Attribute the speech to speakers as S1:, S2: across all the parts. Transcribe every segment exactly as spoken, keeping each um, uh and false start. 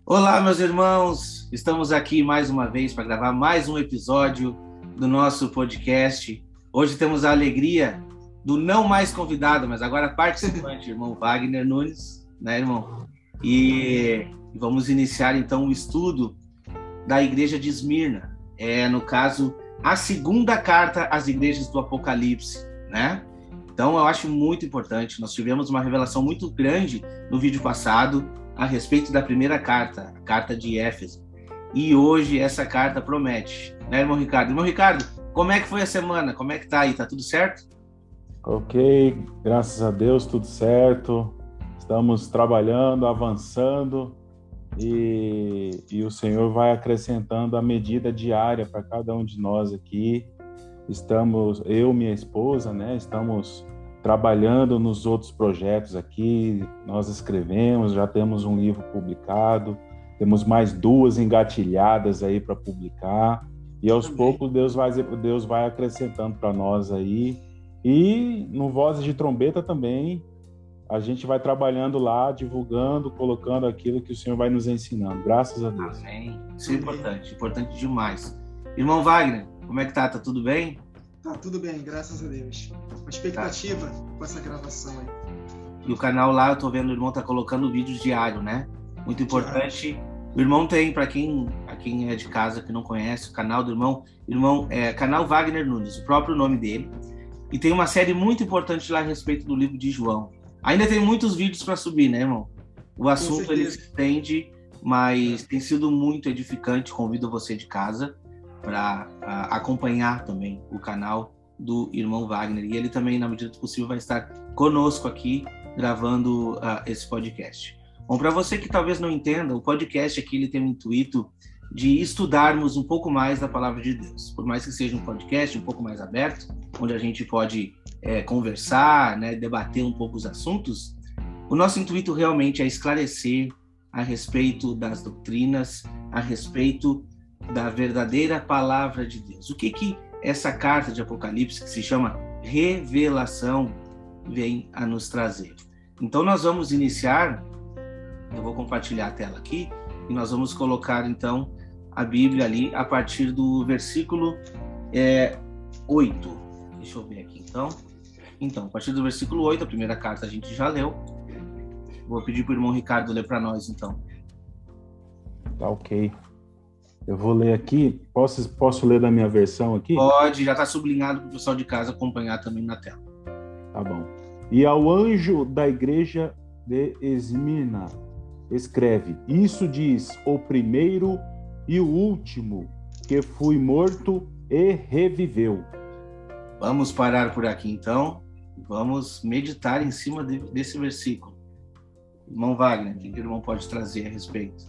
S1: Olá, meus irmãos! Estamos aqui mais uma vez para gravar mais um episódio do nosso podcast. Hoje temos a alegria do não mais convidado, mas agora participante, irmão Wagner Nunes, né, irmão? E vamos iniciar então o estudo da igreja de Esmirna. É, no caso, a segunda carta às igrejas do Apocalipse, né? Então, eu acho muito importante. Nós tivemos uma revelação muito grande no vídeo passado a respeito da primeira carta, a carta de Éfeso. E hoje essa carta promete, né, irmão Ricardo? Irmão Ricardo, como é que foi a semana? Como é que tá aí? Tá tudo certo?
S2: Ok, graças a Deus, tudo certo. Estamos trabalhando, avançando e, e o Senhor vai acrescentando a medida diária para cada um de nós aqui. Estamos, eu e minha esposa, né, estamos trabalhando nos outros projetos aqui. Nós escrevemos, já temos um livro publicado, temos mais duas engatilhadas aí para publicar, e aos Também. poucos Deus vai, Deus vai acrescentando para nós aí. E no Vozes de Trombeta também, a gente vai trabalhando lá, divulgando, colocando aquilo que o Senhor vai nos ensinando, graças a Deus.
S1: Amém. Isso é importante, importante demais. Irmão Wagner, como é que tá? Tá tudo bem?
S3: Tá tudo bem, graças a Deus. Uma expectativa tá. com essa gravação aí.
S1: E o canal lá, eu tô vendo o irmão tá colocando vídeos diários, né? Muito importante. Diário. O irmão tem, para quem, pra quem é de casa que não conhece, o canal do irmão, irmão é canal Wagner Nunes, o próprio nome dele. E tem uma série muito importante lá a respeito do livro de João. Ainda tem muitos vídeos para subir, né, irmão? O assunto ele se estende, mas tem sido muito edificante. Convido você de casa para uh, acompanhar também o canal do irmão Wagner. E ele também, na medida do possível, vai estar conosco aqui gravando uh, esse podcast. Bom, para você que talvez não entenda, o podcast aqui ele tem o intuito de estudarmos um pouco mais da palavra de Deus. Por mais que seja um podcast um pouco mais aberto, onde a gente pode é, conversar, né, debater um pouco os assuntos, o nosso intuito realmente é esclarecer a respeito das doutrinas, a respeito da verdadeira palavra de Deus. O que que essa carta de Apocalipse, que se chama Revelação, vem a nos trazer? Então nós vamos iniciar, eu vou compartilhar a tela aqui, e nós vamos colocar então a Bíblia ali a partir do versículo é, oito. Deixa eu ver aqui então. Então, a partir do versículo oito, a primeira carta a gente já leu. Vou pedir para o irmão Ricardo ler para nós então.
S2: Tá ok. Eu vou ler aqui. Posso, posso ler da minha versão aqui?
S1: Pode, já está sublinhado para o pessoal de casa acompanhar também na tela.
S2: Tá bom. E ao anjo da igreja de Esmirna, escreve: isso diz o primeiro e o último, que fui morto e reviveu.
S1: Vamos parar por aqui então. Vamos meditar em cima de, desse versículo. Irmão Wagner, o que o irmão pode trazer a respeito?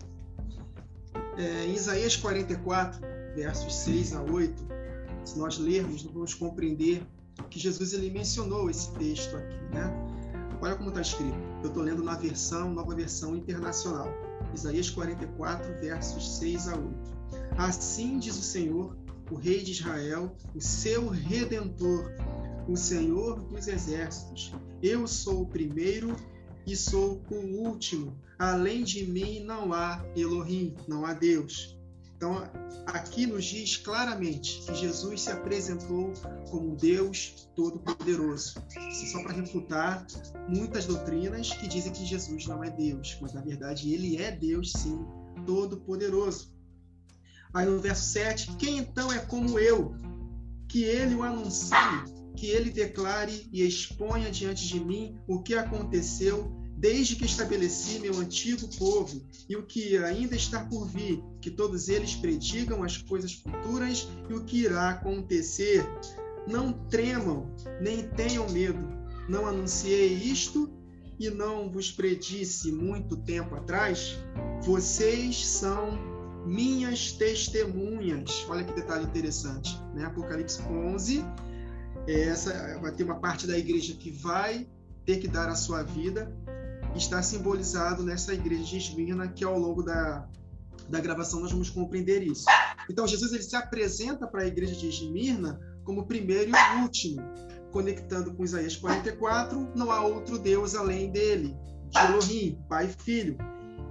S3: É, em Isaías quarenta e quatro, versos seis a oito, se nós lermos, nós vamos compreender que Jesus ele mencionou esse texto aqui, né? Olha como está escrito. Eu estou lendo na versão, nova versão internacional. Isaías quarenta e quatro, versos seis a oito. Assim diz o Senhor, o Rei de Israel, o seu Redentor, o Senhor dos Exércitos. Eu sou o primeiro e sou o último. Além de mim não há Elohim, não há Deus. Então, aqui nos diz claramente que Jesus se apresentou como Deus Todo-Poderoso. Isso é só para refutar muitas doutrinas que dizem que Jesus não é Deus, mas na verdade ele é Deus sim, Todo-Poderoso. Aí no verso sete, quem então é como eu? Que ele o anuncie, que ele declare e exponha diante de mim o que aconteceu desde que estabeleci meu antigo povo e o que ainda está por vir, que todos eles predigam as coisas futuras e o que irá acontecer. Não tremam, nem tenham medo. Não anunciei isto e não vos predisse muito tempo atrás? Vocês são minhas testemunhas. Olha que detalhe interessante, né? Apocalipse onze, essa vai ter uma parte da igreja que vai ter que dar a sua vida. Está simbolizado nessa igreja de Esmirna, que ao longo da, da gravação nós vamos compreender isso. Então Jesus ele se apresenta para a igreja de Esmirna como o primeiro e o último, conectando com Isaías quarenta e quatro, não há outro Deus além dele, de Elohim, Pai e Filho.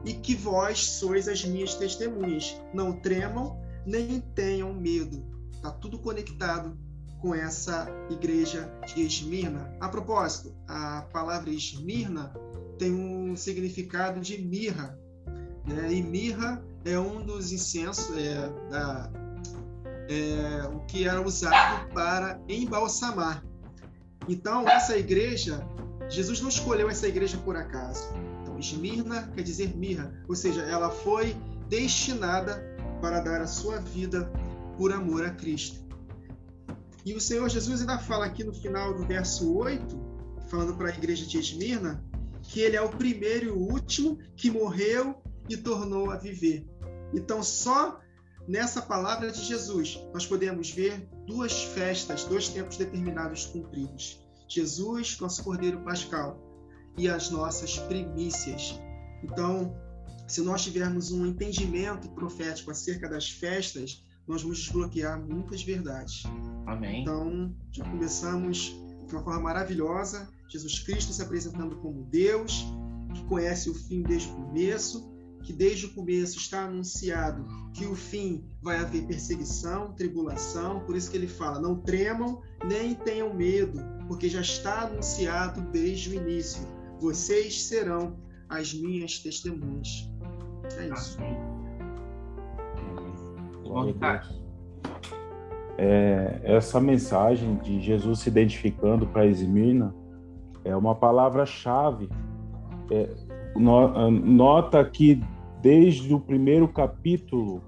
S3: e que vós sois as minhas testemunhas. Não tremam, nem tenham medo. Está tudo conectado com essa igreja de Esmirna. A propósito, a palavra Esmirna tem um significado de mirra, né? E mirra é um dos incensos, é, da, é, o que era usado para embalsamar. Então, essa igreja, Jesus não escolheu essa igreja por acaso. Então, Esmirna quer dizer mirra, ou seja, ela foi destinada para dar a sua vida por amor a Cristo. E o Senhor Jesus ainda fala aqui no final do verso oito, falando para a igreja de Esmirna, que ele é o primeiro e o último que morreu e tornou a viver. Então, só nessa palavra de Jesus, nós podemos ver duas festas, dois tempos determinados cumpridos. Jesus, nosso Cordeiro Pascal, e as nossas primícias. Então, se nós tivermos um entendimento profético acerca das festas, nós vamos desbloquear muitas verdades.
S1: Amém.
S3: Então, já começamos de uma forma maravilhosa, Jesus Cristo se apresentando como Deus, que conhece o fim desde o começo, que desde o começo está anunciado que o fim vai haver perseguição, tribulação, por isso que ele fala, não tremam, nem tenham medo, porque já está anunciado desde o início, vocês serão as minhas testemunhas. É isso.
S2: Bom, é, essa mensagem de Jesus se identificando para Esmirna é uma palavra-chave. É, no, nota que desde o primeiro capítulo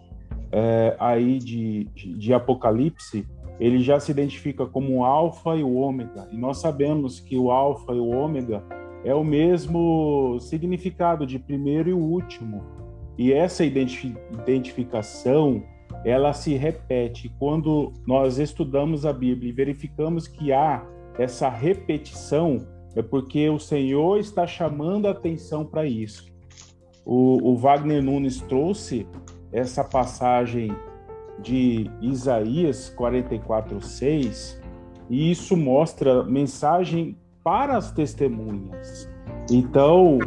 S2: é, aí de, de Apocalipse, ele já se identifica como o Alfa e o Ômega. E nós sabemos que o Alfa e o Ômega é o mesmo significado de primeiro e o último. E essa identificação, ela se repete. Quando nós estudamos a Bíblia e verificamos que há essa repetição, é porque o Senhor está chamando a atenção para isso. O, o Wagner Nunes trouxe essa passagem de Isaías quarenta e quatro, seis, e isso mostra mensagem para as testemunhas. Então,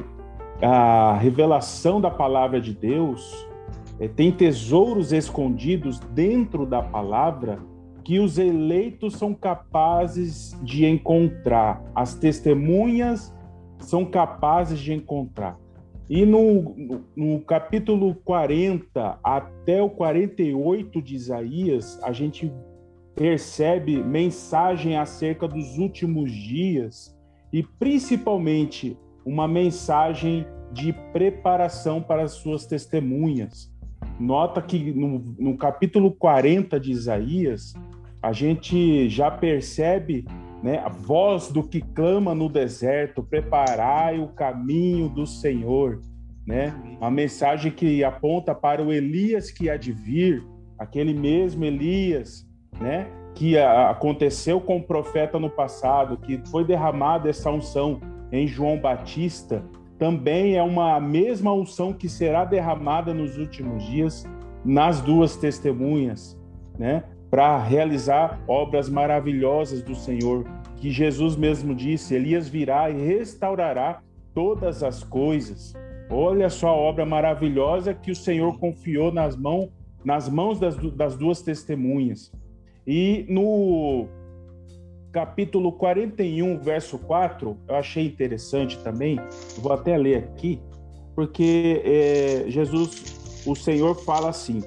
S2: a revelação da palavra de Deus é, tem tesouros escondidos dentro da palavra que os eleitos são capazes de encontrar, as testemunhas são capazes de encontrar. E no, no, no capítulo quarenta até o quarenta e oito de Isaías, a gente percebe mensagem acerca dos últimos dias e principalmente uma mensagem de preparação para as suas testemunhas. Nota que no, no capítulo quarenta de Isaías, a gente já percebe, né, a voz do que clama no deserto, preparai o caminho do Senhor, né? Uma mensagem que aponta para o Elias que há de vir, aquele mesmo Elias, né, que a, aconteceu com o profeta no passado, que foi derramada essa unção em João Batista, também é uma mesma unção que será derramada nos últimos dias nas duas testemunhas, né, para realizar obras maravilhosas do Senhor, que Jesus mesmo disse, Elias virá e restaurará todas as coisas. Olha só a obra maravilhosa que o Senhor confiou nas mãos, nas mãos das, das duas testemunhas. E no capítulo quarenta e um, verso quatro, eu achei interessante também, vou até ler aqui, porque é, Jesus, o Senhor fala assim,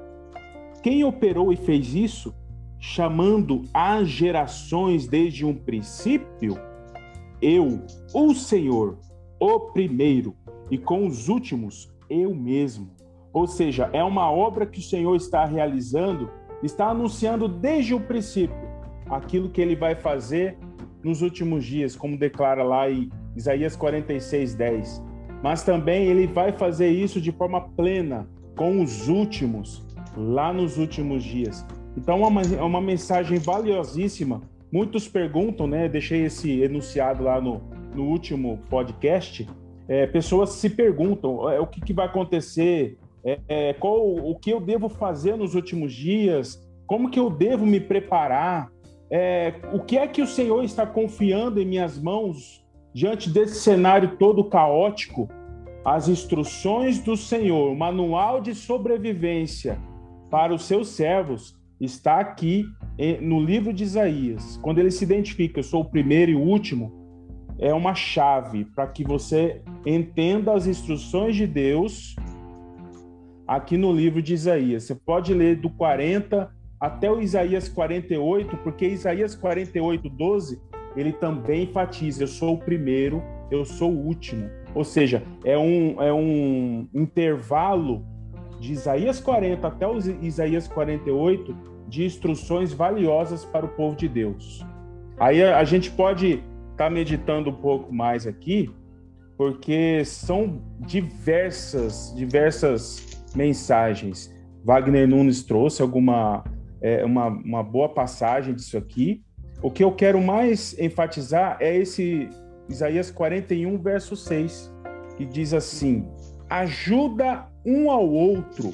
S2: quem operou e fez isso, chamando as gerações desde um princípio? Eu, o Senhor, o primeiro, e com os últimos, eu mesmo. Ou seja, é uma obra que o Senhor está realizando, está anunciando desde o princípio aquilo que ele vai fazer nos últimos dias, como declara lá em Isaías quarenta e seis, dez. Mas também ele vai fazer isso de forma plena, com os últimos, lá nos últimos dias. Então é uma, é uma mensagem valiosíssima. Muitos perguntam, né? Deixei esse enunciado lá no, no último podcast. É, pessoas se perguntam é, o que, que vai acontecer, é, é, qual o que eu devo fazer nos últimos dias, como que eu devo me preparar, é, o que é que o Senhor está confiando em minhas mãos diante desse cenário todo caótico. as instruções do Senhor, o manual de sobrevivência para os seus servos, está aqui no livro de Isaías. Quando ele se identifica, eu sou o primeiro e o último, é uma chave para que você entenda as instruções de Deus aqui no livro de Isaías. Você pode ler do quarenta até o Isaías quarenta e oito, porque Isaías quarenta e oito, doze, ele também enfatiza, eu sou o primeiro, eu sou o último. Ou seja, é um, é um intervalo de Isaías quarenta até o Isaías quarenta e oito de instruções valiosas para o povo de Deus. Aí a, a gente pode estar tá meditando um pouco mais aqui, porque são diversas, diversas mensagens. Wagner Nunes trouxe alguma, é, uma, uma boa passagem disso aqui. O que eu quero mais enfatizar é esse Isaías quarenta e um, verso seis, que diz assim: ajuda um ao outro,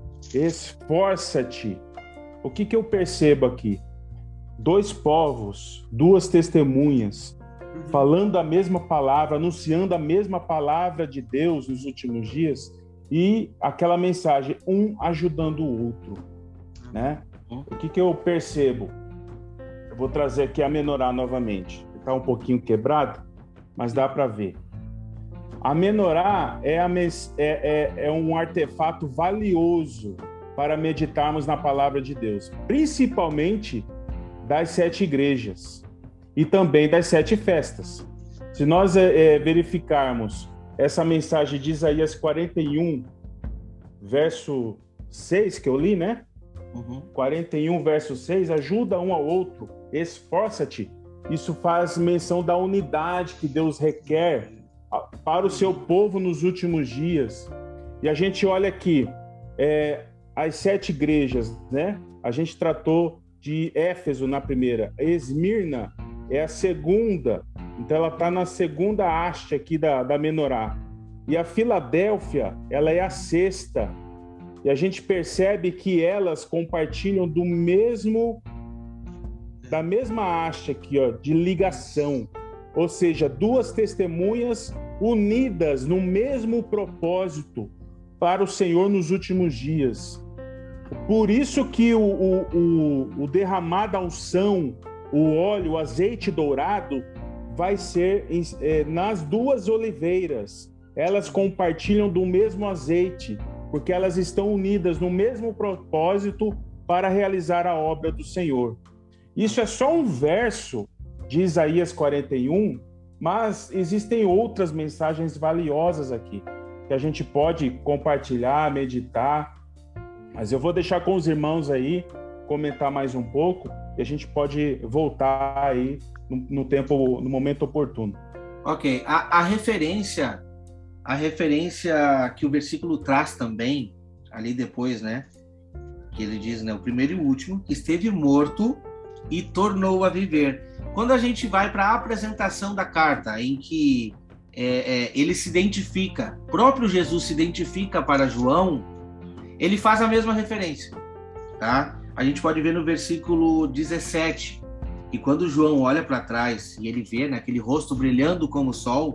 S2: esforça-te. O que, que eu percebo aqui? Dois povos, duas testemunhas, falando a mesma palavra, anunciando a mesma palavra de Deus nos últimos dias, e aquela mensagem, um ajudando o outro, né? O que, que eu percebo? Eu vou trazer aqui a menorá novamente. Está um pouquinho quebrado, mas dá para ver. A menorá é, a mes... é, é, é um artefato valioso para meditarmos na palavra de Deus, principalmente das sete igrejas e também das sete festas. Se nós é, verificarmos essa mensagem de Isaías quarenta e um, verso seis, que eu li, né? Uhum. quarenta e um, verso seis, ajuda um ao outro, esforça-te. Isso faz menção da unidade que Deus requer para o seu povo nos últimos dias. E a gente olha aqui, é, as sete igrejas, né? A gente tratou de Éfeso na primeira, Esmirna é a segunda, então ela está na segunda haste aqui da, da menorá. E a Filadélfia, ela é a sexta. E a gente percebe que elas compartilham do mesmo, da mesma haste aqui, ó, de ligação. Ou seja, duas testemunhas unidas no mesmo propósito para o Senhor nos últimos dias. Por isso que o, o, o, o derramar da unção, o óleo, o azeite dourado, vai ser em, é, nas duas oliveiras. Elas compartilham do mesmo azeite, porque elas estão unidas no mesmo propósito para realizar a obra do Senhor. Isso é só um verso de Isaías quarenta e um, mas existem outras mensagens valiosas aqui, que a gente pode compartilhar, meditar, mas eu vou deixar com os irmãos aí, comentar mais um pouco, e a gente pode voltar aí no, no tempo, no momento oportuno.
S1: Ok, a, a referência, a referência que o versículo traz também, ali depois, né, que ele diz, né, o primeiro e o último, que esteve morto e tornou a viver. Quando a gente vai para a apresentação da carta, em que é, é, ele se identifica, próprio Jesus se identifica para João, ele faz a mesma referência, tá? A gente pode ver no versículo dezessete, que quando João olha para trás e ele vê, né, aquele rosto brilhando como o sol,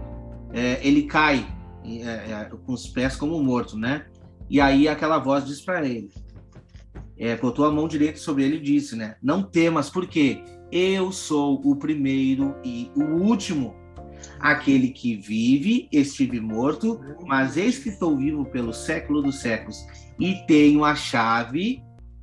S1: é, ele cai é, é, com os pés como morto, né? E aí aquela voz diz para ele, é, botou a mão direita sobre ele e disse, né? Não temas, porque eu sou o primeiro e o último. Aquele que vive, estive morto, mas eis que estou vivo pelo século dos séculos e tenho a chave,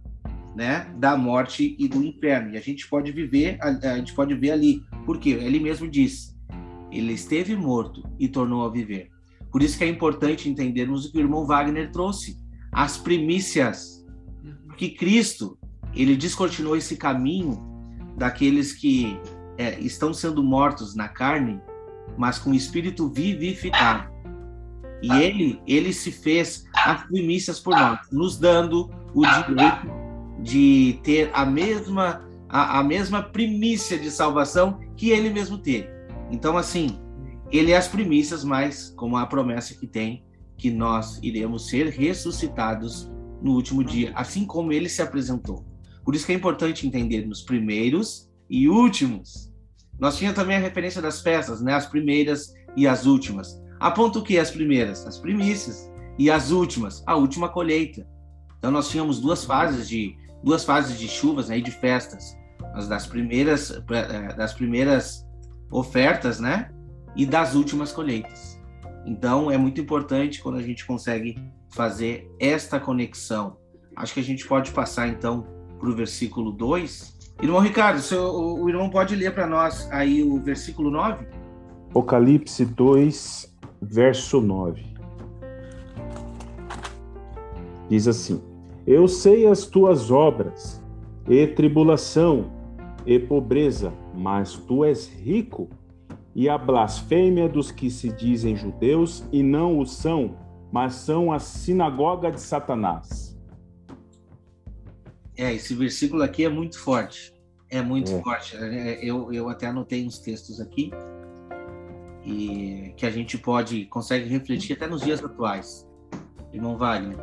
S1: né, da morte e do inferno. E a gente pode viver, a, a gente pode ver ali, porque ele mesmo diz, ele esteve morto e tornou a viver. Por isso que é importante entendermos o que o irmão Wagner trouxe, as primícias, porque Cristo, ele descortinou esse caminho daqueles que é, estão sendo mortos na carne, mas com o espírito vivificado. E ele, ele se fez as primícias por nós, nos dando o direito de ter a mesma, a, a mesma primícia de salvação que ele mesmo teve. Então, assim, ele é as primícias, mas como a promessa que tem, que nós iremos ser ressuscitados no último dia, assim como ele se apresentou. Por isso que é importante entendermos primeiros e últimos. Nós tínhamos também a referência das festas, né? As primeiras e as últimas. Aponta o que? As primeiras? As primícias. E as últimas? A última colheita. Então nós tínhamos duas fases de, duas fases de chuvas, né, e de festas. As das primeiras, das primeiras ofertas, né? E das últimas colheitas. Então é muito importante quando a gente consegue fazer esta conexão. Acho que a gente pode passar então para o versículo dois. Irmão Ricardo, o, seu, o irmão pode ler para nós aí o versículo nove?
S2: Apocalipse dois, verso nove. Diz assim: Eu sei as tuas obras, e tribulação, e pobreza, mas tu és rico, e a blasfêmia dos que se dizem judeus e não o são, mas são a sinagoga de Satanás.
S1: É, esse versículo aqui é muito forte. É muito
S2: é.
S1: forte. Eu, eu até anotei uns textos aqui e que a gente pode, consegue refletir até nos dias atuais. Irmão Wagner.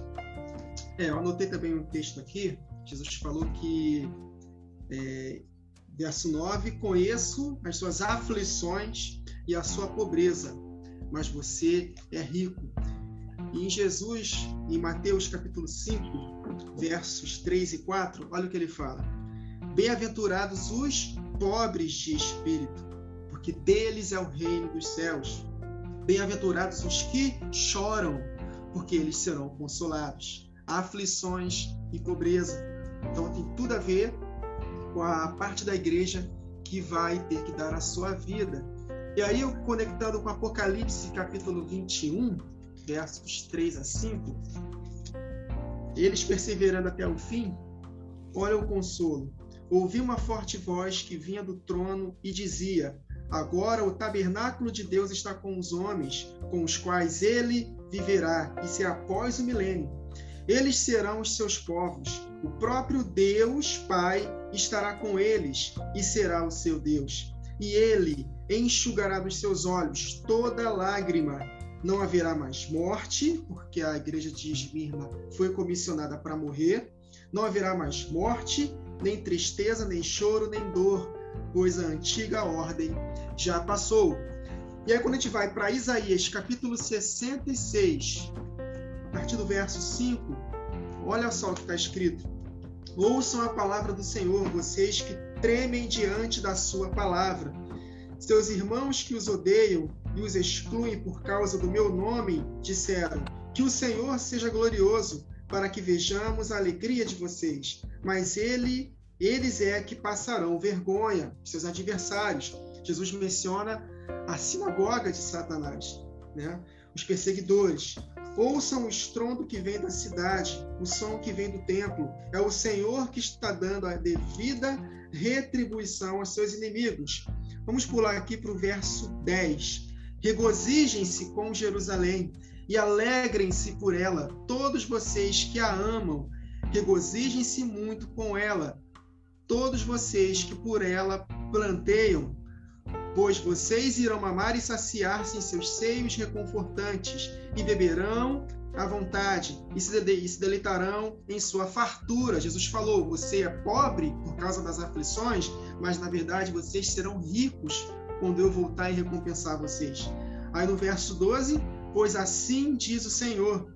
S3: É, eu anotei também um texto aqui. Jesus falou que, é, verso nove, conheço as suas aflições e a sua pobreza, mas você é rico. E em Jesus, em Mateus capítulo cinco, versos três e quatro, olha o que ele fala: Bem-aventurados os pobres de espírito, porque deles é o reino dos céus. Bem-aventurados os que choram, porque eles serão consolados. Aflições e pobreza. Então tem tudo a ver com a parte da igreja que vai ter que dar a sua vida. E aí, eu conectando com Apocalipse capítulo vinte e um, versos três a cinco, eles perseverando até o fim, olha o consolo. Ouvi uma forte voz que vinha do trono e dizia: Agora o tabernáculo de Deus está com os homens, com os quais ele viverá, e será após o milênio. Eles serão os seus povos. O próprio Deus Pai estará com eles e será o seu Deus. E ele enxugará dos seus olhos toda lágrima. Não haverá mais morte, porque a igreja de Esmirna foi comissionada para morrer. Não haverá mais morte, nem tristeza, nem choro, nem dor, pois a antiga ordem já passou. E aí, quando a gente vai para Isaías, capítulo sessenta e seis, a partir do verso cinco, olha só o que está escrito: Ouçam a palavra do Senhor, vocês que tremem diante da sua palavra. Seus irmãos que os odeiam e os excluem por causa do meu nome, disseram: Que o Senhor seja glorioso, para que vejamos a alegria de vocês. Mas ele, eles é que passarão vergonha, seus adversários. Jesus menciona a sinagoga de Satanás, né? Os perseguidores. Ouçam o estrondo que vem da cidade, o som que vem do templo. É o Senhor que está dando a devida retribuição aos seus inimigos. Vamos pular aqui para o verso dez. Regozijem-se com Jerusalém e alegrem-se por ela, todos vocês que a amam. Regozijem-se muito com ela, todos vocês que por ela planteiam, pois vocês irão mamar e saciar-se em seus seios reconfortantes, e beberão à vontade, e se, de- e se deleitarão em sua fartura. Jesus falou: você é pobre por causa das aflições, mas na verdade vocês serão ricos quando eu voltar e recompensar vocês. Aí no verso doze, pois assim diz o Senhor: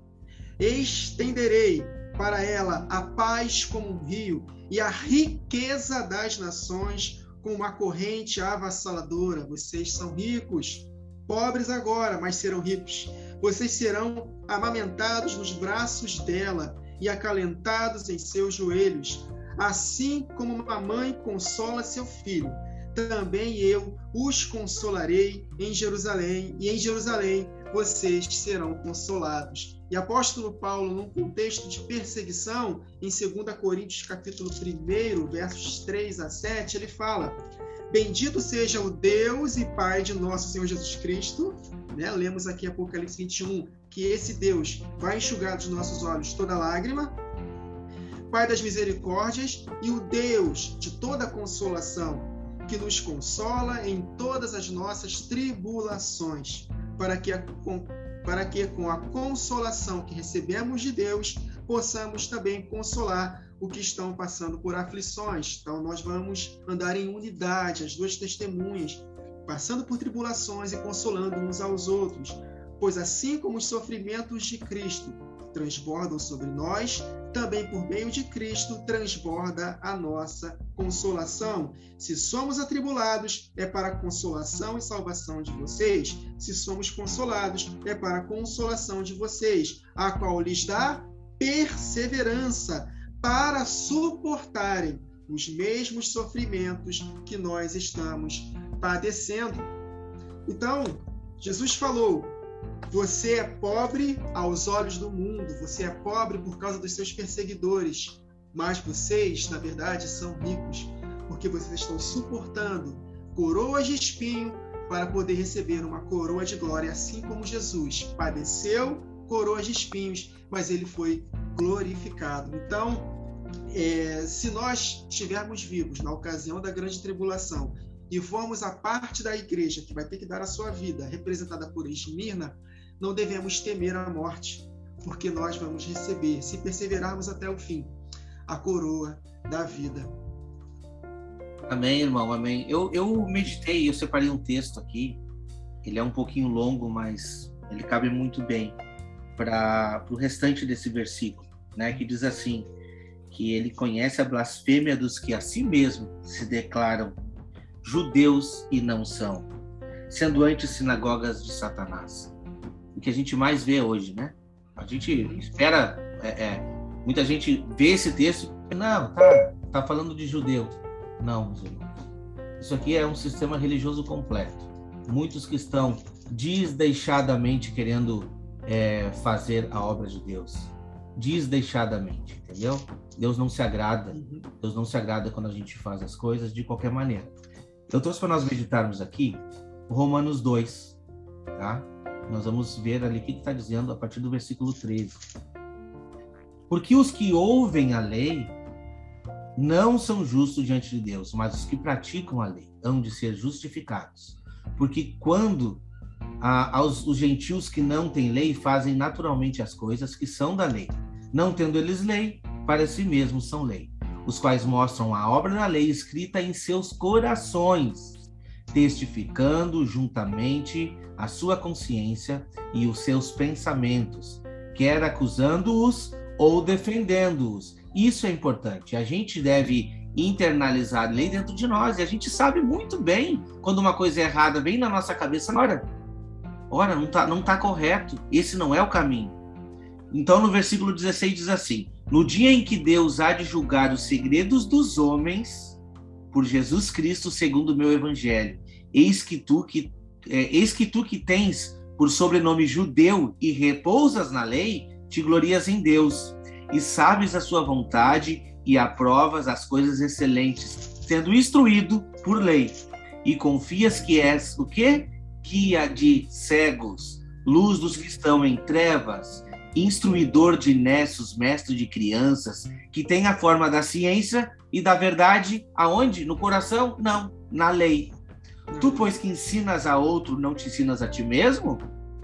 S3: estenderei para ela a paz como um rio, e a riqueza das nações com uma corrente avassaladora. Vocês são ricos, pobres agora, mas serão ricos. Vocês serão amamentados nos braços dela e acalentados em seus joelhos. Assim como uma mãe consola seu filho, também eu os consolarei em Jerusalém, e em Jerusalém vocês serão consolados. E apóstolo Paulo, num contexto de perseguição, em dois Coríntios capítulo um, versos três a sete, ele fala: bendito seja o Deus e Pai de nosso Senhor Jesus Cristo, né? Lemos aqui Apocalipse vinte e um, que esse Deus vai enxugar dos nossos olhos toda lágrima, Pai das misericórdias e o Deus de toda consolação, que nos consola em todas as nossas tribulações, para que, a, para que com a consolação que recebemos de Deus, possamos também consolar o que estão passando por aflições. Então, nós vamos andar em unidade, as duas testemunhas, passando por tribulações e consolando uns aos outros, pois assim como os sofrimentos de Cristo transbordam sobre nós, também por meio de Cristo transborda a nossa consolação. Se somos atribulados, é para a consolação e salvação de vocês. Se somos consolados, é para a consolação de vocês, a qual lhes dá perseverança para suportarem os mesmos sofrimentos que nós estamos padecendo. Então, Jesus falou: você é pobre aos olhos do mundo, você é pobre por causa dos seus perseguidores, mas vocês, na verdade, são ricos, porque vocês estão suportando coroas de espinho para poder receber uma coroa de glória, assim como Jesus padeceu coroas de espinhos, mas ele foi glorificado. Então, é, se nós estivermos vivos na ocasião da grande tribulação e formos a parte da igreja que vai ter que dar a sua vida, representada por Esmirna, não devemos temer a morte, porque nós vamos receber, se perseverarmos até o fim, a coroa da vida.
S1: Amém, irmão, amém. Eu, eu meditei, eu separei um texto aqui, ele é um pouquinho longo, mas ele cabe muito bem para o restante desse versículo, né, que diz assim, que ele conhece a blasfêmia dos que a si mesmo se declaram judeus e não são, sendo antes sinagogas de Satanás. O que a gente mais vê hoje, né? A gente espera, é, é, muita gente vê esse texto, não, tá, tá falando de judeu. Não, meus irmãos. Isso aqui é um sistema religioso completo. Muitos que estão desdeixadamente querendo é, fazer a obra de Deus. Desdeixadamente, entendeu? Deus não se agrada. Deus não se agrada quando a gente faz as coisas de qualquer maneira. Eu trouxe para nós meditarmos aqui Romanos dois, tá? Nós vamos ver ali o que está dizendo a partir do versículo treze. Porque os que ouvem a lei não são justos diante de Deus, mas os que praticam a lei hão de ser justificados. Porque quando ah, aos, os gentios que não têm lei fazem naturalmente as coisas que são da lei, não tendo eles lei, para si mesmos são lei, os quais mostram a obra da lei escrita em seus corações, testificando juntamente a sua consciência e os seus pensamentos, quer acusando-os ou defendendo-os. Isso é importante. A gente deve internalizar a lei dentro de nós, e a gente sabe muito bem quando uma coisa é errada, vem na nossa cabeça, ora, ora, não tá, não tá correto, esse não é o caminho. Então, no versículo dezesseis diz assim: no dia em que Deus há de julgar os segredos dos homens, por Jesus Cristo, segundo o meu evangelho, eis que tu que, é, eis que, tu que tens por sobrenome judeu e repousas na lei, te glorias em Deus, e sabes a sua vontade e aprovas as coisas excelentes, sendo instruído por lei, e confias que és o quê? Guia de cegos, luz dos que estão em trevas, instruidor de nécios, mestre de crianças, que tem a forma da ciência e da verdade, aonde? No coração? Não, na lei. Tu, pois, que ensinas a outro, não te ensinas a ti mesmo?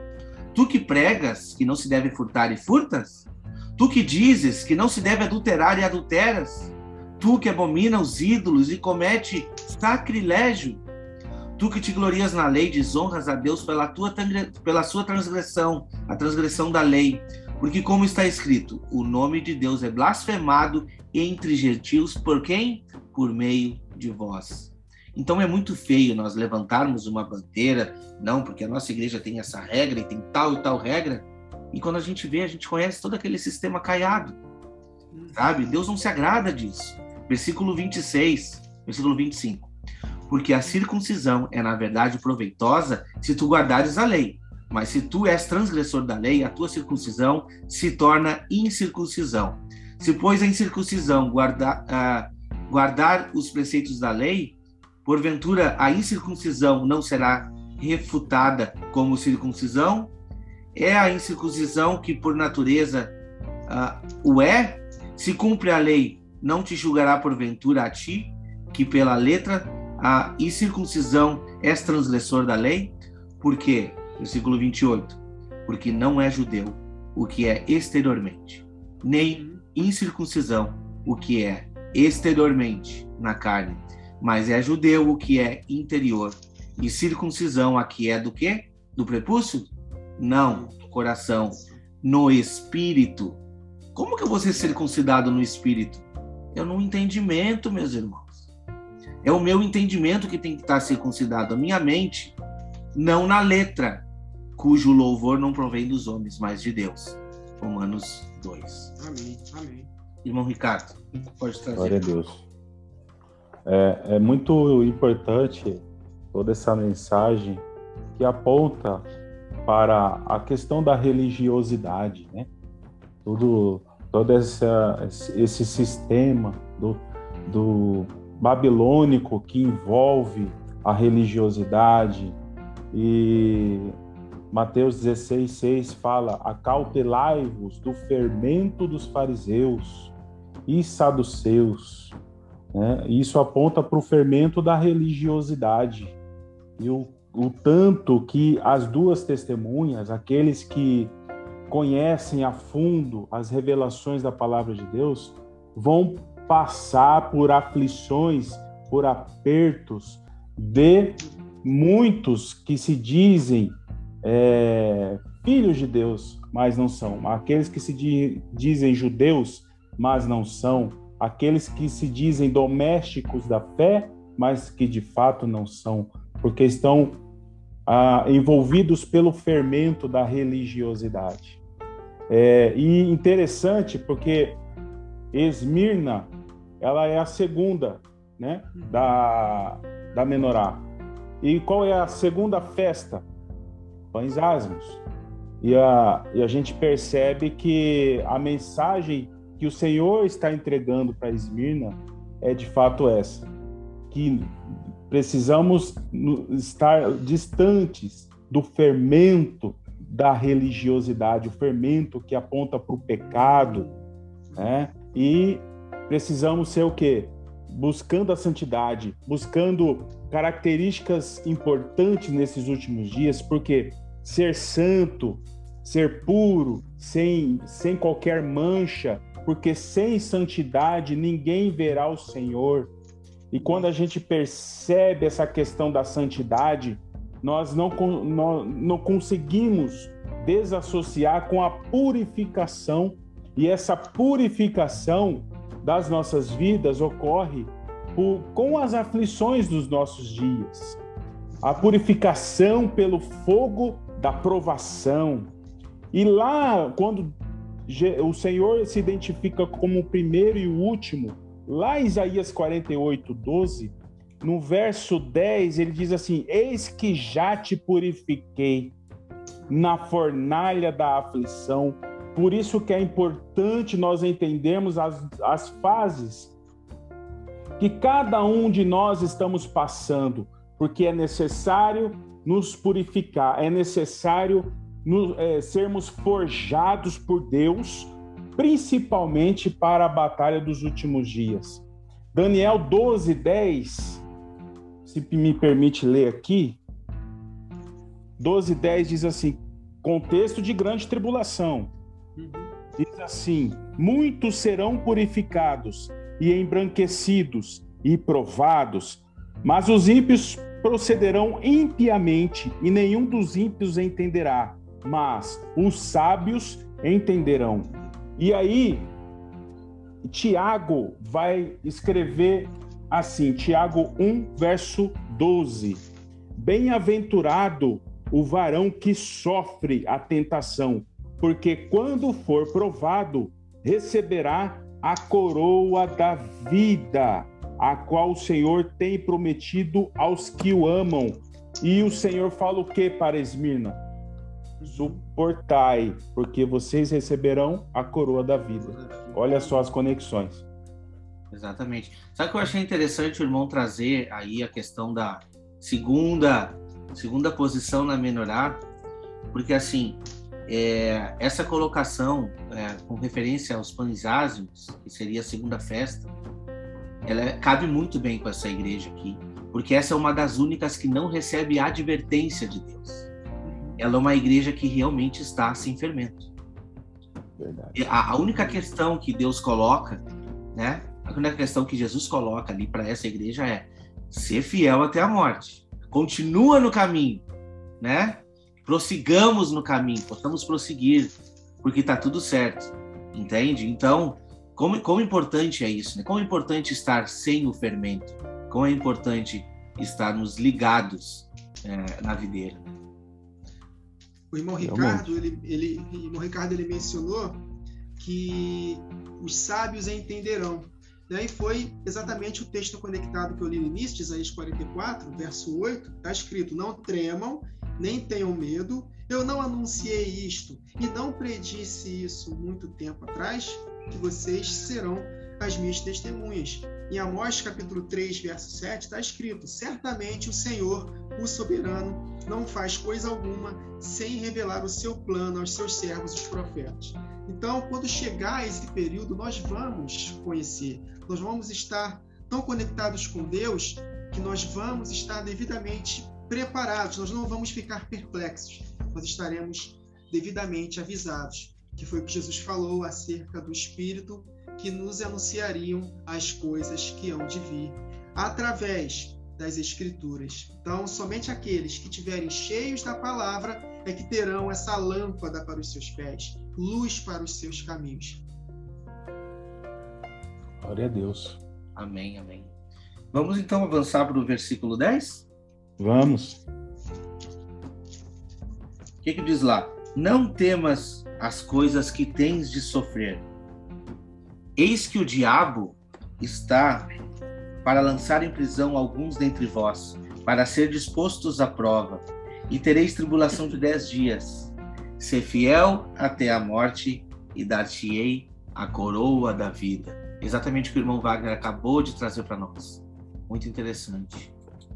S1: Tu que pregas que não se deve furtar e furtas? Tu que dizes que não se deve adulterar e adulteras? Tu que abomina os ídolos e comete sacrilégio? Tu que te glorias na lei, desonras a Deus pela, tua, pela sua transgressão, a transgressão da lei. Porque como está escrito, o nome de Deus é blasfemado entre gentios, por quem? Por meio de vós. Então é muito feio nós levantarmos uma bandeira, não, porque a nossa igreja tem essa regra e tem tal e tal regra, e quando a gente vê, a gente conhece todo aquele sistema caiado, sabe? Deus não se agrada disso. Versículo vinte e seis, versículo vinte e cinco. Porque a circuncisão é, na verdade, proveitosa se tu guardares a lei. Mas se tu és transgressor da lei, a tua circuncisão se torna incircuncisão. Se, pois, a incircuncisão guardar, uh, guardar os preceitos da lei, porventura a incircuncisão não será refutada como circuncisão? É a incircuncisão que, por natureza, uh, o é? Se cumpre a lei, não te julgará porventura a ti, que pela letra a incircuncisão és transgressor da lei? Por quê? Versículo vinte e oito. Porque não é judeu o que é exteriormente, nem incircuncisão o que é exteriormente na carne, mas é judeu o que é interior, E circuncisão aqui é do quê? Do prepúcio? Não, do coração. No espírito. Como que eu vou ser circuncidado no espírito? É no entendimento, meus irmãos. É o meu entendimento que tem que estar circuncidado. A minha mente, não na letra, cujo louvor não provém dos homens, mas de Deus. Romanos dois.
S3: Amém, amém.
S1: Irmão Ricardo, pode trazer.
S2: Glória a Deus. É, é muito importante toda essa mensagem que aponta para a questão da religiosidade, né? Tudo, todo essa, esse sistema do, do babilônico que envolve a religiosidade. E Mateus dezesseis, seis fala: acautelai-vos do fermento dos fariseus e saduceus. Né? Isso aponta para o fermento da religiosidade. E o, o tanto que as duas testemunhas, aqueles que conhecem a fundo as revelações da palavra de Deus, vão passar por aflições, por apertos de muitos que se dizem é, filhos de Deus, mas não são. Aqueles que se di- dizem judeus, mas não são. Aqueles que se dizem domésticos da fé, mas que de fato não são, porque estão ah, envolvidos pelo fermento da religiosidade. É, e interessante porque Esmirna, ela é a segunda, né, da, da menorá. E qual é a segunda festa? Pães asmos. E a, e a gente percebe que a mensagem que o Senhor está entregando para Esmirna é de fato essa, que precisamos estar distantes do fermento da religiosidade, o fermento que aponta para o pecado, né? E precisamos ser o quê? Buscando a santidade, buscando características importantes nesses últimos dias, porque ser santo, ser puro, sem, sem qualquer mancha, porque sem santidade ninguém verá o Senhor. E quando a gente percebe essa questão da santidade, nós não, não, não conseguimos desassociar com a purificação. E essa purificação das nossas vidas ocorre por, com as aflições dos nossos dias. A purificação pelo fogo da provação. E lá, quando o Senhor se identifica como o primeiro e o último, lá em Isaías quarenta e oito, doze, no verso dez, ele diz assim: eis que já te purifiquei na fornalha da aflição. Por isso que é importante nós entendermos as, as fases que cada um de nós estamos passando, porque é necessário nos purificar, é necessário nos, é, sermos forjados por Deus, principalmente para a batalha dos últimos dias. Daniel doze, dez, se me permite ler aqui, doze, dez diz assim, contexto de grande tribulação, diz assim: muitos serão purificados e embranquecidos e provados, mas os ímpios procederão impiamente e nenhum dos ímpios entenderá, mas os sábios entenderão. E aí, Tiago vai escrever assim, Tiago um, verso doze: bem-aventurado o varão que sofre a tentação, porque quando for provado, receberá a coroa da vida, a qual o Senhor tem prometido aos que o amam. E o Senhor fala o que para Esmirna? Suportai, porque vocês receberão a coroa da vida. Olha só as conexões.
S1: Exatamente. Sabe o que eu achei interessante o irmão trazer aí a questão da segunda, segunda posição na menorá? Porque assim, é, essa colocação é, com referência aos pães ázimos, que seria a segunda festa, ela é, cabe muito bem com essa igreja aqui, porque essa é uma das únicas que não recebe advertência de Deus. Ela é uma igreja que realmente está sem fermento. Verdade. A, a única questão que Deus coloca, né? A única questão que Jesus coloca ali para essa igreja é ser fiel até a morte. continua no caminho, né? Prossigamos no caminho, possamos prosseguir, porque está tudo certo, entende? Então, como, como importante é isso, né? Como é importante estar sem o fermento, como é importante estarmos ligados é, na videira.
S3: O irmão Ricardo, ele, ele, o irmão Ricardo, ele mencionou que os sábios entenderão. E aí foi exatamente o texto conectado que eu li no início, de Isaías quarenta e quatro, verso oito, está escrito: não tremam, nem tenham medo, eu não anunciei isto e não predisse isso muito tempo atrás, que vocês serão as minhas testemunhas. Em Amós capítulo três, verso sete, está escrito: certamente o Senhor, o soberano, não faz coisa alguma sem revelar o seu plano aos seus servos, os profetas. Então, quando chegar esse período, nós vamos conhecer, nós vamos estar tão conectados com Deus que nós vamos estar devidamente preparados, nós não vamos ficar perplexos, nós estaremos devidamente avisados, que foi o que Jesus falou acerca do Espírito, que nos anunciariam as coisas que hão de vir através das Escrituras. Então, somente aqueles que estiverem cheios da palavra é que terão essa lâmpada para os seus pés, luz para os seus caminhos.
S2: Glória a Deus.
S1: Amém, amém. Vamos então avançar para o versículo dez?
S2: Vamos.
S1: O que que diz lá? Não temas as coisas que tens de sofrer. Eis que o diabo está para lançar em prisão alguns dentre vós, para ser dispostos à prova, e tereis tribulação de dez dias. Ser fiel até a morte, e dar-te-ei a coroa da vida. Exatamente o que o irmão Wagner acabou de trazer para nós. Muito interessante.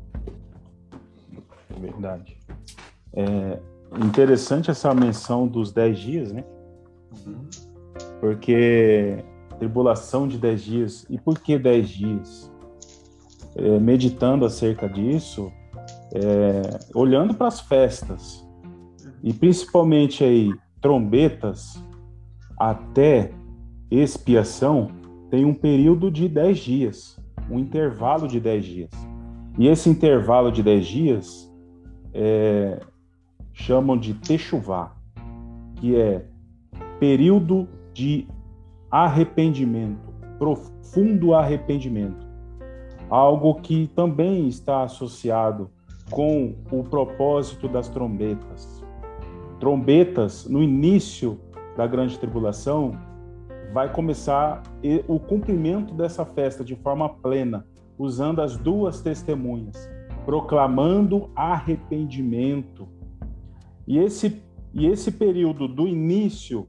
S2: É verdade. É interessante essa menção dos dez dias, né?
S1: Uhum.
S2: Porque tribulação de dez dias. E por que dez dias? É, meditando acerca disso, é, olhando para as festas, e principalmente aí, trombetas, até expiação, tem um período de dez dias, um intervalo de dez dias. E esse intervalo de dez dias é, chamam de techuvá, que é período de arrependimento, profundo arrependimento. Algo que também está associado com o propósito das trombetas. Trombetas, no início da grande tribulação, vai começar o cumprimento dessa festa de forma plena, usando as duas testemunhas, proclamando arrependimento. E esse, e esse período do início,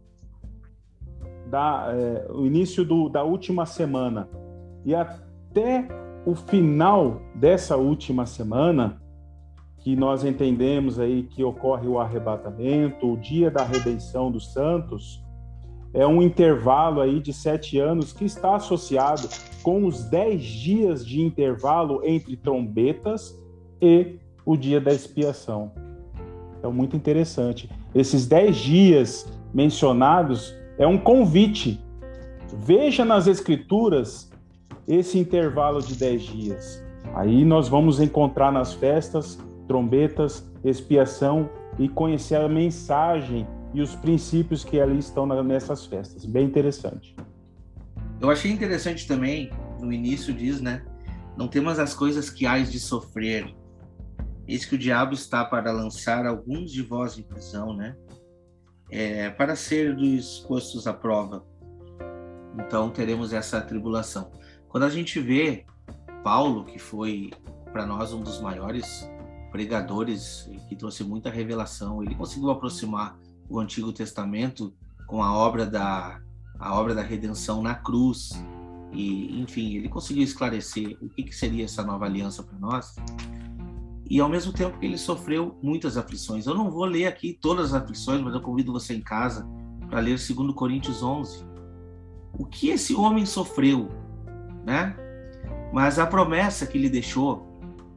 S2: da, é, o início do, da última semana e até o final dessa última semana, que nós entendemos aí que ocorre o arrebatamento, o dia da redenção dos santos, é um intervalo aí de sete anos que está associado com os dez dias de intervalo entre trombetas e o dia da expiação. Então, muito interessante. Esses dez dias mencionados é um convite. Veja nas Escrituras esse intervalo de dez dias. Aí nós vamos encontrar nas festas, trombetas, expiação e conhecer a mensagem e os princípios que ali estão nessas festas. Bem interessante.
S1: Eu achei interessante também, no início diz, né? Não temas as coisas que hás de sofrer. Eis que o diabo está para lançar alguns de vós em prisão, né? É, para ser expostos à prova. Então teremos essa tribulação. Quando a gente vê Paulo, que foi para nós um dos maiores pregadores, que trouxe muita revelação, ele conseguiu aproximar o Antigo Testamento com a obra da, a obra da redenção na cruz, e enfim, ele conseguiu esclarecer o que, que seria essa nova aliança para nós, e ao mesmo tempo que ele sofreu muitas aflições. Eu não vou ler aqui todas as aflições, mas eu convido você em casa para ler dois Coríntios onze. O que esse homem sofreu, né? Mas a promessa que ele deixou,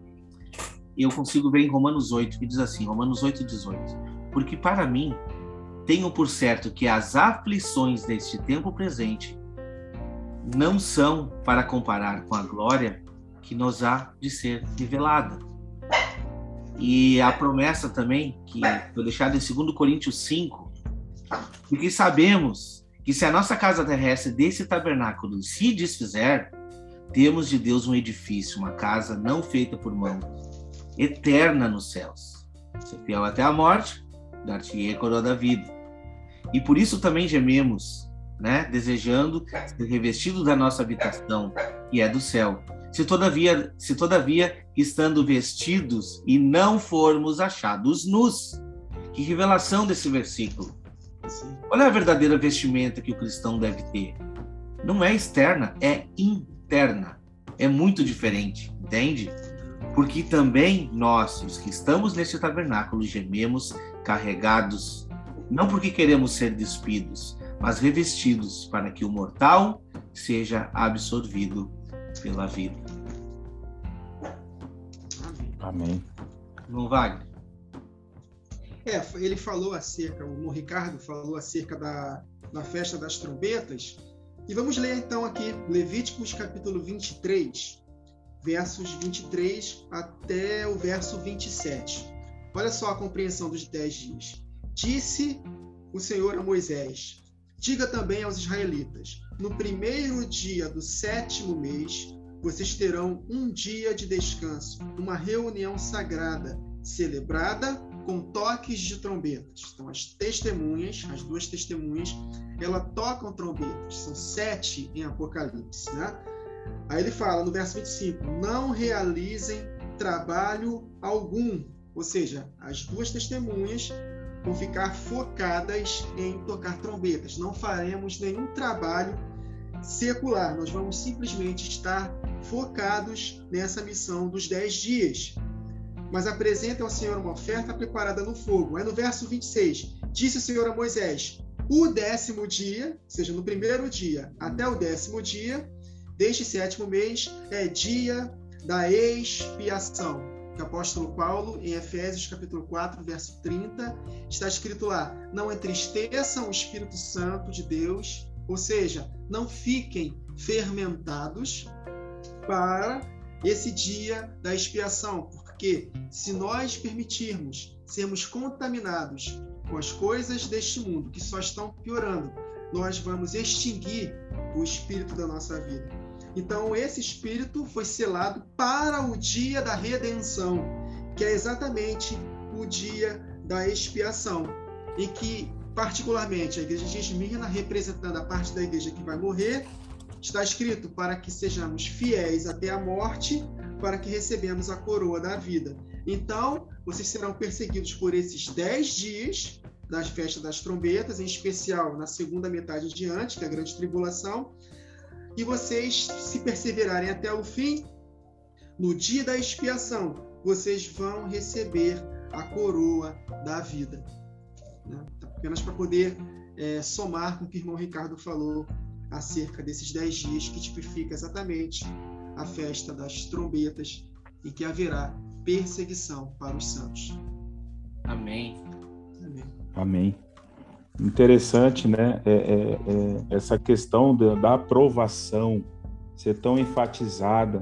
S1: eu consigo ver em Romanos oito, que diz assim, Romanos oito, dezoito. Porque para mim, tenho por certo que as aflições deste tempo presente não são para comparar com a glória que nos há de ser revelada. E a promessa também, que foi deixada em dois Coríntios cinco, porque sabemos que se a nossa casa terrestre desse tabernáculo se desfizer, temos de Deus um edifício, uma casa não feita por mão, eterna nos céus. Ser fiel até a morte, dar-te-ei a coroa da vida. E por isso também gememos, né, desejando ser revestido da nossa habitação, que é do céu. Se todavia, se todavia, estando vestidos e não formos achados nus. Que revelação desse versículo.
S3: Sim.
S1: Qual é a verdadeira vestimenta que o cristão deve ter? Não é externa, é interna. É muito diferente, entende? Porque também nós, os que estamos nesse tabernáculo, gememos carregados, não porque queremos ser despidos, mas revestidos para que o mortal seja absorvido pela vida.
S2: Amém.
S1: Não, Wagner?
S3: É, ele falou acerca, o Ricardo falou acerca da, da festa das trombetas. E vamos ler então aqui Levíticos capítulo vinte e três, versos vinte e três até o verso vinte e sete. Olha só a compreensão dos dez dias. Disse o Senhor a Moisés: diga também aos israelitas: no primeiro dia do sétimo mês, vocês terão um dia de descanso, uma reunião sagrada, celebrada com toques de trombetas. Então, as testemunhas, as duas testemunhas, elas tocam trombetas. São sete em Apocalipse, né? Aí ele fala no verso vinte e cinco: não realizem trabalho algum. Ou seja, as duas testemunhas vão ficar focadas em tocar trombetas. Não faremos nenhum trabalho secular. Nós vamos simplesmente estar focados nessa missão dos dez dias. Mas apresentem ao Senhor uma oferta preparada no fogo. Aí no verso vinte e seis, disse o Senhor a Moisés: o décimo dia, ou seja, no primeiro dia até o décimo dia deste sétimo mês, é dia da expiação. O apóstolo Paulo, em Efésios capítulo quatro, verso trinta, está escrito lá: não entristeçam o Espírito Santo de Deus, ou seja, não fiquem fermentados para esse dia da expiação, porque se nós permitirmos sermos contaminados com as coisas deste mundo, que só estão piorando, nós vamos extinguir o espírito da nossa vida. Então, esse espírito foi selado para o dia da redenção, que é exatamente o dia da expiação, em que, particularmente, a igreja de Esmirna, representando a parte da igreja que vai morrer, está escrito para que sejamos fiéis até a morte, para que recebamos a coroa da vida. Então, vocês serão perseguidos por esses dez dias das festas das trombetas, em especial na segunda metade em diante, que é a grande tribulação, e vocês, se perseverarem até o fim, no dia da expiação, vocês vão receber a coroa da vida. Né? Apenas para poder é, somar com o que o irmão Ricardo falou acerca desses dez dias, que tipifica exatamente a festa das trombetas, em que haverá perseguição para os santos.
S1: Amém.
S3: Amém.
S2: Amém. Interessante, né? É, é, é, essa questão da, da aprovação ser tão enfatizada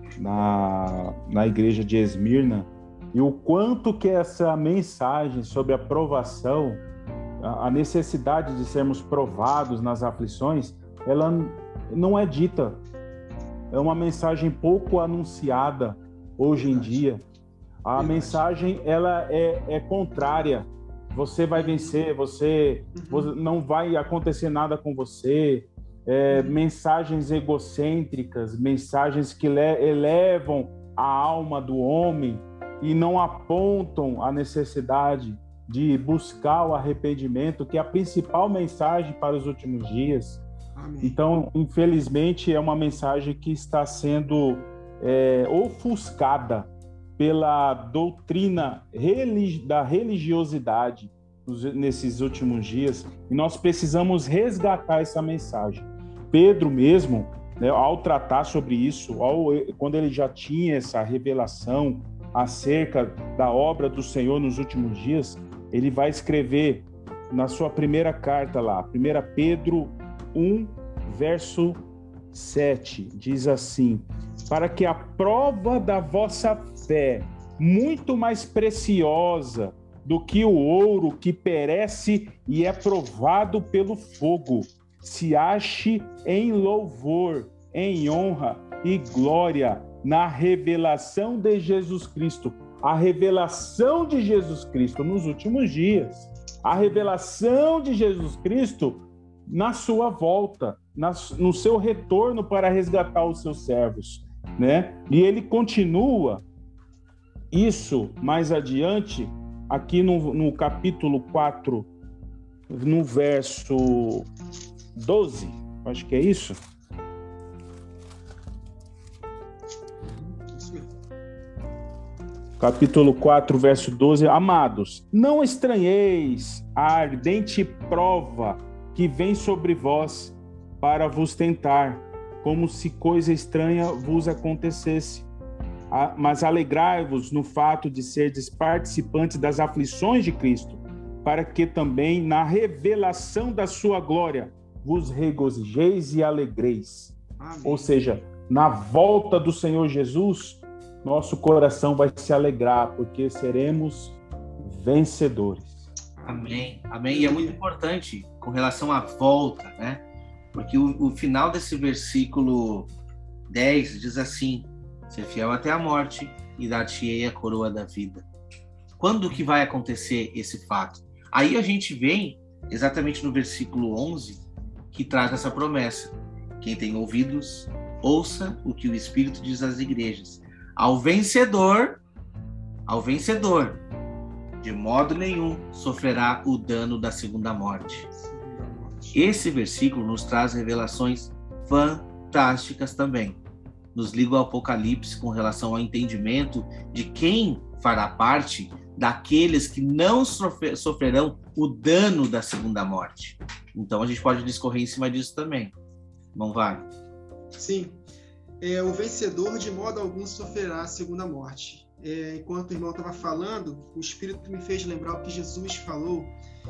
S2: na, na igreja de Esmirna, e o quanto que essa mensagem sobre aprovação, a, a necessidade de sermos provados nas aflições, ela não é dita. É uma mensagem pouco anunciada hoje em dia. A mensagem ela é, é contrária. Você vai vencer, você, você não vai acontecer nada com você. É, mensagens egocêntricas, mensagens que le, elevam a alma do homem e não apontam a necessidade de buscar o arrependimento, que é a principal mensagem para os últimos dias.
S3: Amém.
S2: Então, infelizmente, é uma mensagem que está sendo é, ofuscada pela doutrina religi- da religiosidade nos, nesses últimos dias, e nós precisamos resgatar essa mensagem. Pedro mesmo, né, ao tratar sobre isso, ao, quando ele já tinha essa revelação acerca da obra do Senhor nos últimos dias, ele vai escrever na sua primeira carta lá, primeira Pedro um, verso sete, diz assim: para que a prova da vossa fé, muito mais preciosa do que o ouro que perece e é provado pelo fogo, se ache em louvor, em honra e glória na revelação de Jesus Cristo. A revelação de Jesus Cristo nos últimos dias. A revelação de Jesus Cristo na sua volta, na, no seu retorno para resgatar os seus servos, né? E ele continua isso mais adiante, aqui no, no capítulo quatro, no verso doze, acho que é isso. Capítulo quatro, verso doze. Amados, não estranheis a ardente prova que vem sobre vós para vos tentar, como se coisa estranha vos acontecesse. Mas alegrai-vos no fato de serdes participantes das aflições de Cristo, para que também na revelação da sua glória vos regozijeis e alegreis. Amém. Ou seja, na volta do Senhor Jesus, nosso coração vai se alegrar, porque seremos vencedores.
S1: Amém. Amém. E é muito importante com relação à volta, né? Porque o, o final desse versículo dez diz assim: ser fiel até a morte e dar-te-ei a coroa da vida. Quando que vai acontecer esse fato? Aí a gente vem exatamente no versículo onze, que traz essa promessa: quem tem ouvidos, ouça o que o Espírito diz às igrejas. Ao vencedor, ao vencedor, de modo nenhum sofrerá o dano da segunda morte. Esse versículo nos traz revelações fantásticas também. Nos liga ao Apocalipse com relação ao entendimento de quem fará parte daqueles que não sofrerão o dano da segunda morte. Então a gente pode discorrer em cima disso também. Não vai?
S3: Sim. É, o vencedor de modo algum sofrerá a segunda morte. É, enquanto o irmão estava falando, o Espírito me fez lembrar o que Jesus falou,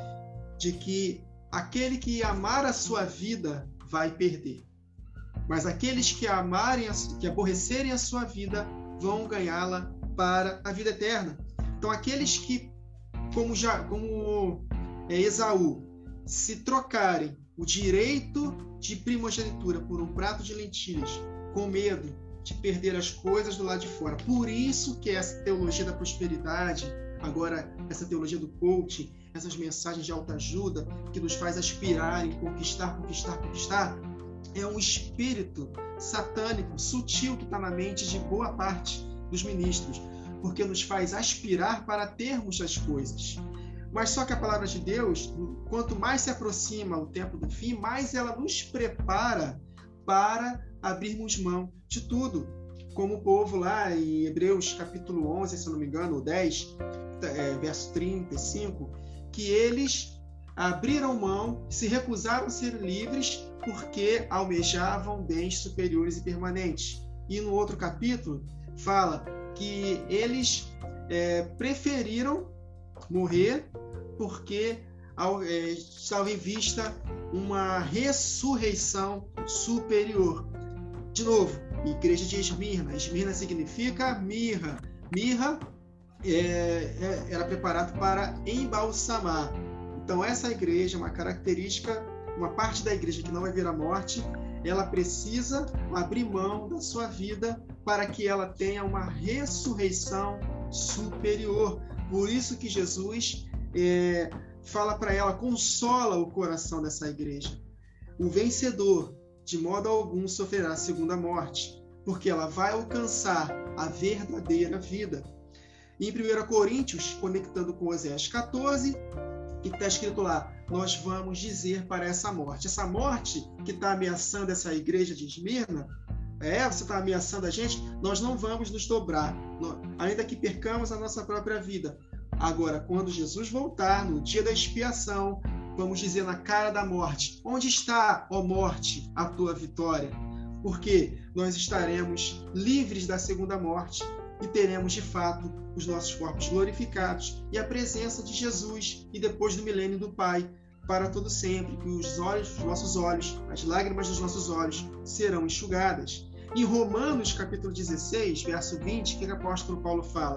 S3: de que aquele que amar a sua vida vai perder, mas aqueles que amarem, que aborrecerem a sua vida vão ganhá-la para a vida eterna. Então aqueles que, como, já, como é, Esaú, se trocarem o direito de primogenitura por um prato de lentilhas, com medo de perder as coisas do lado de fora. Por isso que essa teologia da prosperidade, agora essa teologia do coaching, essas mensagens de autoajuda que nos faz aspirar em conquistar, conquistar, conquistar, é um espírito satânico, sutil, que está na mente de boa parte dos ministros, porque nos faz aspirar para termos as coisas. Mas só que a palavra de Deus, quanto mais se aproxima o tempo do fim, mais ela nos prepara para abrirmos mão de tudo. Como o povo lá em Hebreus capítulo onze, se não me engano, ou dez, é, verso trinta e cinco, que eles abriram mão, se recusaram a ser livres porque almejavam bens superiores e permanentes. E no outro capítulo fala que eles é, preferiram morrer porque é, estava em vista uma ressurreição superior. De novo, igreja de Esmirna. Esmirna significa mirra. Mirra é, é, era preparado para embalsamar. Então essa igreja, uma característica, uma parte da igreja que não vai ver a morte, ela precisa abrir mão da sua vida para que ela tenha uma ressurreição superior. Por isso que Jesus é, fala para ela, consola o coração dessa igreja. O vencedor, de modo algum, sofrerá a segunda morte, porque ela vai alcançar a verdadeira vida. Em primeira Coríntios, conectando com Oséias catorze, que está escrito lá, nós vamos dizer para essa morte. Essa morte que está ameaçando essa igreja de Esmirna, é, você está ameaçando a gente, nós não vamos nos dobrar, ainda que percamos a nossa própria vida. Agora, quando Jesus voltar, no dia da expiação, vamos dizer na cara da morte, onde está, ó morte, a tua vitória? Porque nós estaremos livres da segunda morte e teremos, de fato, os nossos corpos glorificados e a presença de Jesus e depois do milênio do Pai para todo sempre, que os olhos, os nossos olhos, as lágrimas dos nossos olhos serão enxugadas. Em Romanos, capítulo dezesseis, verso vinte, o que o apóstolo Paulo fala?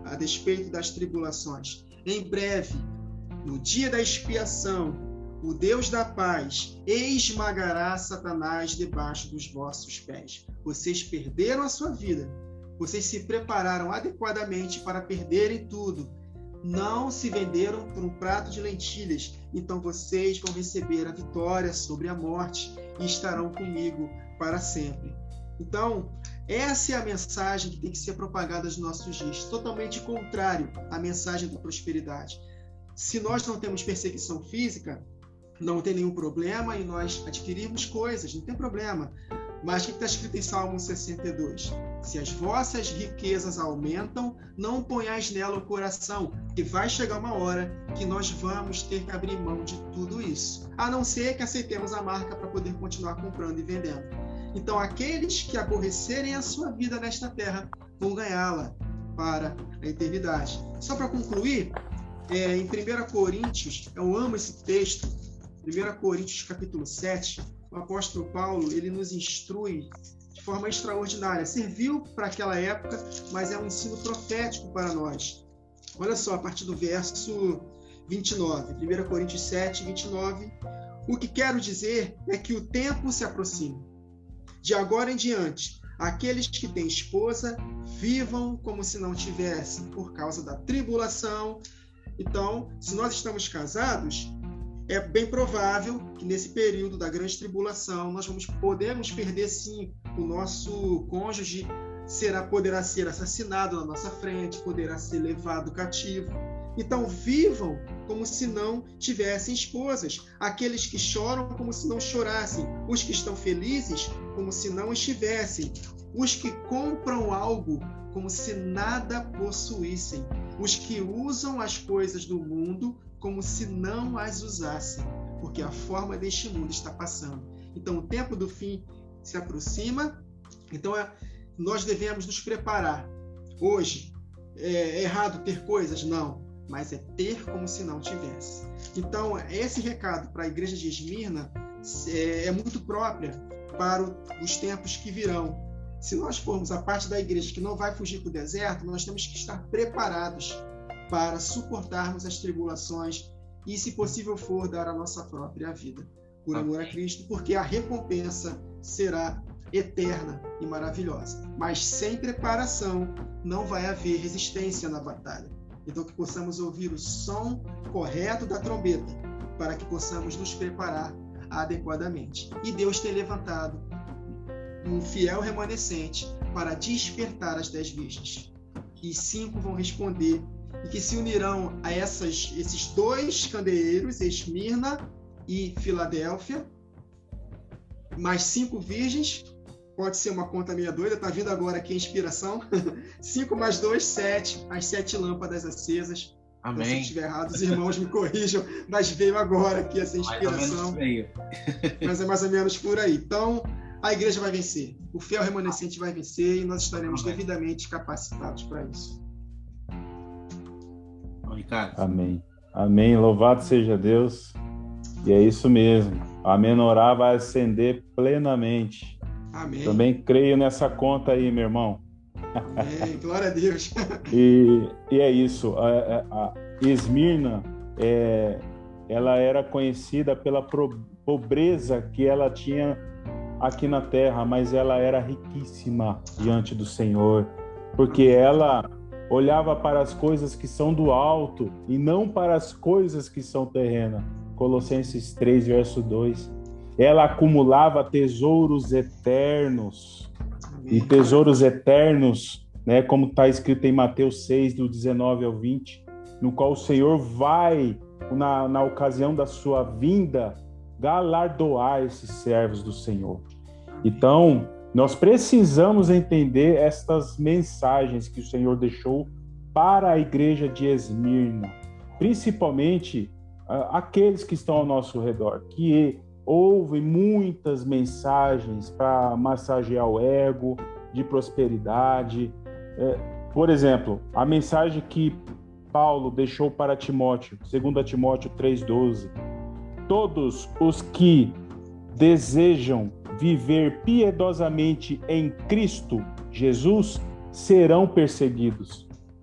S3: a despeito das tribulações. Em breve, no dia da expiação, o Deus da paz esmagará Satanás debaixo dos vossos pés. Vocês perderam a sua vida. Vocês se prepararam adequadamente para perderem tudo. Não se venderam por um prato de lentilhas. Então vocês vão receber a vitória sobre a morte e estarão comigo para sempre. Então, essa é a mensagem que tem que ser propagada nos nossos dias. Totalmente contrário à mensagem da prosperidade. Se nós não temos perseguição física, não tem nenhum problema e nós adquirirmos coisas, não tem problema. Mas o que está escrito em Salmo sessenta e dois? Se as vossas riquezas aumentam, não ponhais nela o coração, que vai chegar uma hora que nós vamos ter que abrir mão de tudo isso, a não ser que aceitemos a marca para poder continuar comprando e vendendo. Então, aqueles que aborrecerem a sua vida nesta terra vão ganhá-la para a eternidade. Só para concluir, é, em primeira Coríntios, eu amo esse texto, primeira Coríntios capítulo sete, o apóstolo Paulo, ele nos instrui de forma extraordinária. Serviu para aquela época, mas é um ensino profético para nós. Olha só, a partir do verso vinte e nove, primeira Coríntios sete, vinte e nove. O que quero dizer é que o tempo se aproxima. De agora em diante, aqueles que têm esposa, vivam como se não tivessem, por causa da tribulação. Então, se nós estamos casados, é bem provável que nesse período da grande tribulação nós vamos podemos perder sim o nosso cônjuge, será poderá ser assassinado na nossa frente, poderá ser levado cativo. Então vivam como se não tivessem esposas, aqueles que choram como se não chorassem, os que estão felizes como se não estivessem, os que compram algo como se nada possuíssem, os que usam as coisas do mundo como se não as usassem, porque a forma deste mundo está passando. Então o tempo do fim se aproxima, então é, nós devemos nos preparar. Hoje, é errado ter coisas? Não, mas é ter como se não tivesse. Então esse recado para a igreja de Esmirna é, é muito própria para o, os tempos que virão. Se nós formos a parte da igreja que não vai fugir para o deserto, nós temos que estar preparados para suportarmos as tribulações e, se possível for, dar a nossa própria vida por amor a Cristo, porque a recompensa será eterna e maravilhosa. Mas sem preparação não vai haver resistência na batalha. Então que possamos ouvir o som correto da trombeta para que possamos nos preparar adequadamente. E Deus tem levantado um fiel remanescente para despertar as dez virgens. E cinco vão responder e que se unirão a essas, esses dois candeeiros, Esmirna e Filadélfia, mais cinco virgens, pode ser uma conta meia doida, está vindo agora aqui a inspiração, cinco mais dois, sete, as sete lâmpadas acesas.
S1: Amém.
S3: Então, se estiver errado, os irmãos me corrijam, mas veio agora aqui essa inspiração. Mas é mais ou menos por aí. Então, a igreja vai vencer, o fiel remanescente vai vencer e nós estaremos Amém. Devidamente capacitados para isso.
S1: Ricardo.
S2: Amém. Amém. Louvado seja Deus. E é isso mesmo. A menorá vai ascender plenamente.
S3: Amém.
S2: Também creio nessa conta aí, meu irmão.
S3: Amém. Glória a Deus.
S2: e, e é isso. A, a, a Esmirna, é, ela era conhecida pela pobreza que ela tinha aqui na terra, mas ela era riquíssima diante do Senhor, porque ela olhava para as coisas que são do alto e não para as coisas que são terrenas. Colossenses três, verso dois. Ela acumulava tesouros eternos. E tesouros eternos, né, como está escrito em Mateus seis, do dezenove ao vinte, no qual o Senhor vai, na, na ocasião da sua vinda, galardoar esses servos do Senhor. Então, nós precisamos entender estas mensagens que o Senhor deixou para a igreja de Esmirna, principalmente uh, aqueles que estão ao nosso redor, que ouvem muitas mensagens para massagear o ego, de prosperidade. É, por exemplo, a mensagem que Paulo deixou para Timóteo, segundo Timóteo três, doze. Todos os que desejam viver piedosamente em Cristo Jesus serão perseguidos.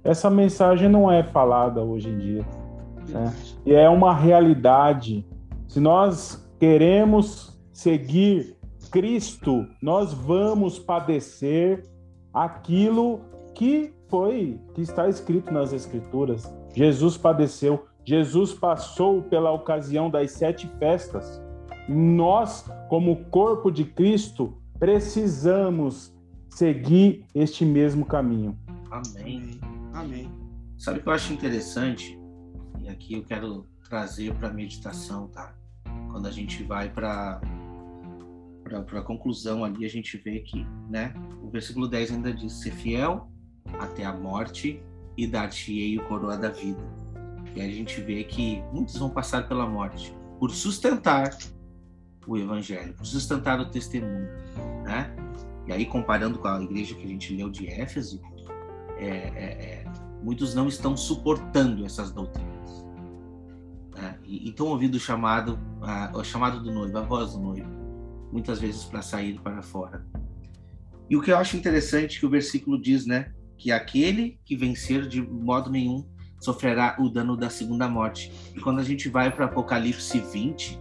S2: essa mensagem não é falada hoje em dia, né? E é uma realidade. Se nós queremos seguir Cristo, nós vamos padecer aquilo que foi, que está escrito nas Escrituras. Jesus padeceu, Jesus passou pela ocasião das sete festas. Nós, como corpo de Cristo, precisamos seguir este mesmo caminho.
S1: Amém.
S3: Amém.
S1: Sabe o que eu acho interessante? E aqui eu quero trazer para a meditação, tá? Quando a gente vai para para a conclusão ali, a gente vê que, né, o versículo dez ainda diz: ser fiel até a morte e dar-te-ei o coroa da vida. E aí a gente vê que muitos vão passar pela morte por sustentar o evangelho, por sustentar o testemunho, né? E aí, comparando com a igreja que a gente leu de Éfeso, é, é, é, muitos não estão suportando essas doutrinas, né? E estão ouvindo o chamado, a, o chamado do noivo, a voz do noivo, muitas vezes para sair para fora. E o que eu acho interessante é que o versículo diz, né, que aquele que vencer de modo nenhum sofrerá o dano da segunda morte. E quando a gente vai para Apocalipse vinte,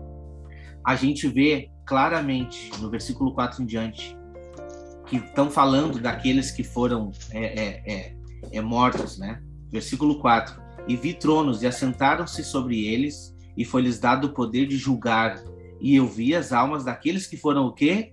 S1: a gente vê claramente, no versículo quatro em diante, que estão falando daqueles que foram é, é, é, é, mortos, né? Versículo quatro: e vi tronos, e assentaram-se sobre eles, e foi-lhes dado o poder de julgar. E eu vi as almas daqueles que foram o quê?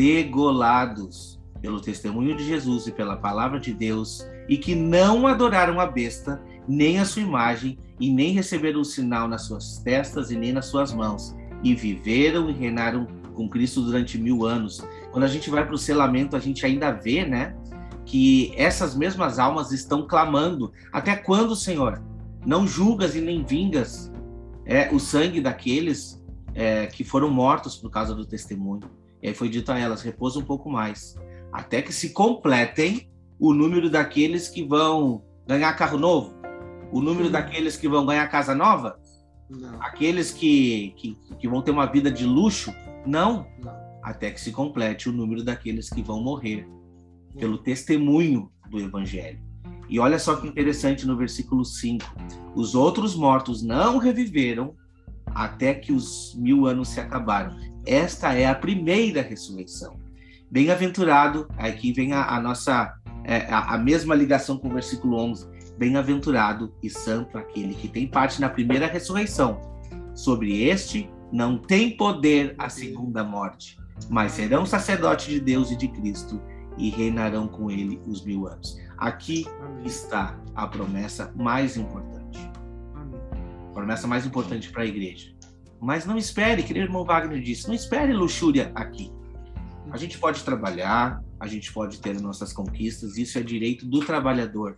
S1: Degolados pelo testemunho de Jesus e pela palavra de Deus, e que não adoraram a besta, nem a sua imagem, e nem receberam o sinal nas suas testas e nem nas suas mãos, e viveram e reinaram com Cristo durante mil anos. Quando a gente vai para o selamento, a gente ainda vê, né, que essas mesmas almas estão clamando: até quando, Senhor? Não julgas e nem vingas é, o sangue daqueles é, que foram mortos por causa do testemunho. E aí foi dito a elas: repousa um pouco mais, até que se completem o número daqueles que vão ganhar carro novo, o número daqueles que vão ganhar casa nova, não. Aqueles que, que, que vão ter uma vida de luxo, não. não, até que se complete o número daqueles que vão morrer pelo testemunho do Evangelho. E olha só que interessante no versículo cinco: os outros mortos não reviveram até que os mil anos se acabaram. Esta é a primeira ressurreição. Bem-aventurado, aqui vem a, a nossa, é, a, a mesma ligação com o versículo onze: bem-aventurado e santo aquele que tem parte na primeira ressurreição. Sobre este não tem poder a segunda morte, mas serão sacerdotes de Deus e de Cristo e reinarão com ele os mil anos. Aqui Amém. Está a promessa mais importante. Amém. A promessa mais importante para a igreja. Mas não espere, que o irmão Wagner disse, não espere luxúria aqui. A gente pode trabalhar, a gente pode ter nossas conquistas, isso é direito do trabalhador.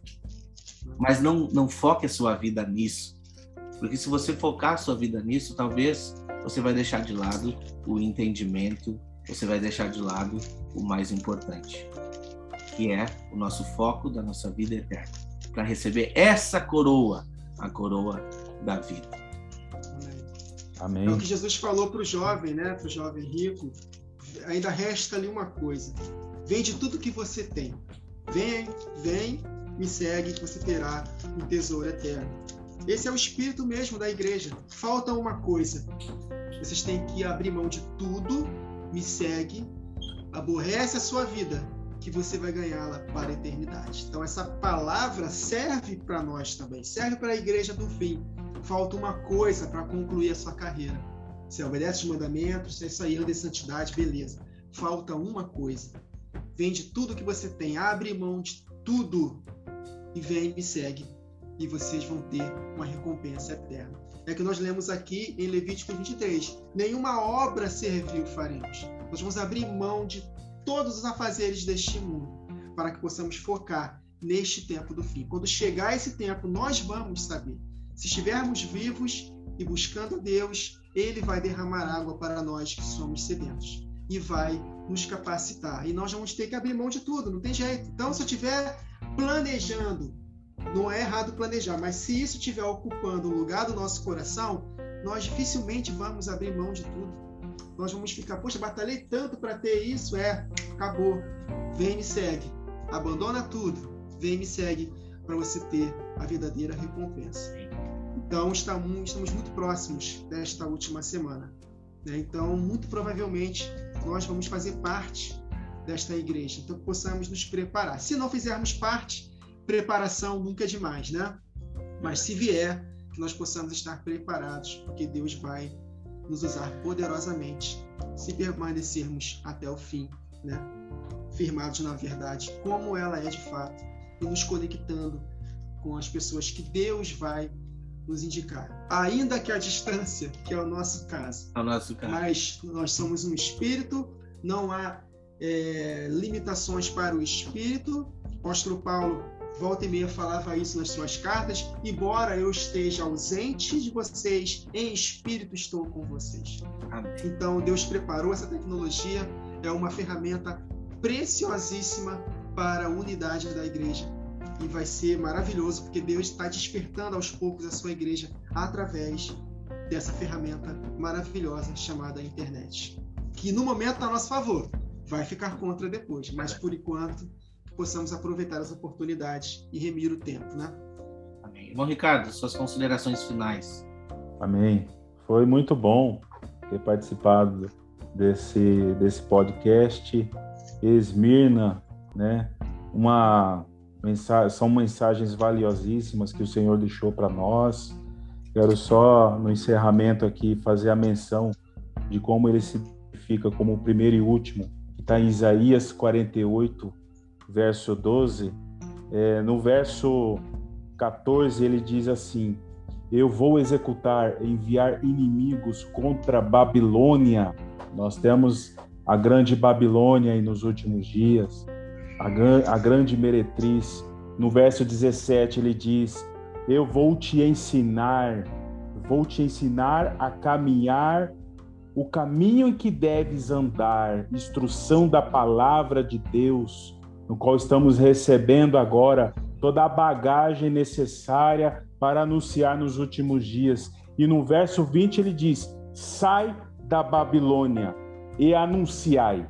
S1: Mas não, não foque a sua vida nisso. Porque se você focar a sua vida nisso, talvez você vai deixar de lado o entendimento, você vai deixar de lado o mais importante, que é o nosso foco da nossa vida eterna, para receber essa coroa, a coroa da vida.
S2: Amém.
S3: É o que Jesus falou para o jovem, né? Para o jovem rico. Ainda resta ali uma coisa: vende tudo que você tem. Vem, vem, me segue, que você terá um tesouro eterno. Esse é o espírito mesmo da igreja. Falta uma coisa: vocês têm que abrir mão de tudo, me segue, aborrece a sua vida, que você vai ganhá-la para a eternidade. Então essa palavra serve para nós também, serve para a igreja do fim. Falta uma coisa para concluir a sua carreira. Você obedece os mandamentos, você isso aí anda em santidade, beleza. Falta uma coisa: vende tudo que você tem, abre mão de tudo e vem e me segue, e vocês vão ter uma recompensa eterna. É que nós lemos aqui em Levítico vinte e três: nenhuma obra servil faremos. Nós vamos abrir mão de todos os afazeres deste mundo para que possamos focar neste tempo do fim. Quando chegar esse tempo, nós vamos saber. Se estivermos vivos e buscando a Deus, Ele vai derramar água para nós que somos sedentos e vai nos capacitar. E nós vamos ter que abrir mão de tudo, não tem jeito. Então, se eu estiver planejando, não é errado planejar, mas se isso estiver ocupando o lugar do nosso coração, nós dificilmente vamos abrir mão de tudo. Nós vamos ficar, poxa, batalhei tanto para ter isso, é, acabou. Vem e me segue. Abandona tudo, vem e me segue, para você ter a verdadeira recompensa. Então, estamos, estamos muito próximos desta última semana, né? Então, muito provavelmente, nós vamos fazer parte desta igreja. Então, que possamos nos preparar. Se não fizermos parte, preparação nunca é demais, né? Mas se vier, que nós possamos estar preparados, porque Deus vai nos usar poderosamente se permanecermos até o fim, né? Firmados na verdade, como ela é de fato, e nos conectando com as pessoas que Deus vai nos indicar. Ainda que a distância, que é o nosso caso.
S1: É o nosso caso.
S3: Mas nós somos um espírito, não há é, limitações para o espírito. O apóstolo Paulo volta e meia falava isso nas suas cartas. Embora eu esteja ausente de vocês, em espírito estou com vocês.
S1: Amém.
S3: Então Deus preparou essa tecnologia, é uma ferramenta preciosíssima para a unidade da igreja. E vai ser maravilhoso, porque Deus está despertando aos poucos a sua igreja através dessa ferramenta maravilhosa chamada internet. Que no momento está a nosso favor, vai ficar contra depois, mas por enquanto possamos aproveitar as oportunidades e remir o tempo, né?
S1: Amém. Irmão Ricardo, suas considerações finais.
S2: Amém. Foi muito bom ter participado desse, desse podcast. Esmirna, né? Uma mensagem, são mensagens valiosíssimas que o Senhor deixou para nós. Quero só, no encerramento aqui, fazer a menção de como ele se identifica como o primeiro e último, que está em Isaías quarenta e oito, verso doze. É, no verso catorze, ele diz assim: eu vou executar, enviar inimigos contra Babilônia. Nós temos a grande Babilônia aí nos últimos dias, a, a grande meretriz. No verso dezessete ele diz: eu vou te ensinar, vou te ensinar a caminhar o caminho em que deves andar, instrução da palavra de Deus, no qual estamos recebendo agora toda a bagagem necessária para anunciar nos últimos dias. E no verso vinte ele diz: sai da Babilônia e anunciai.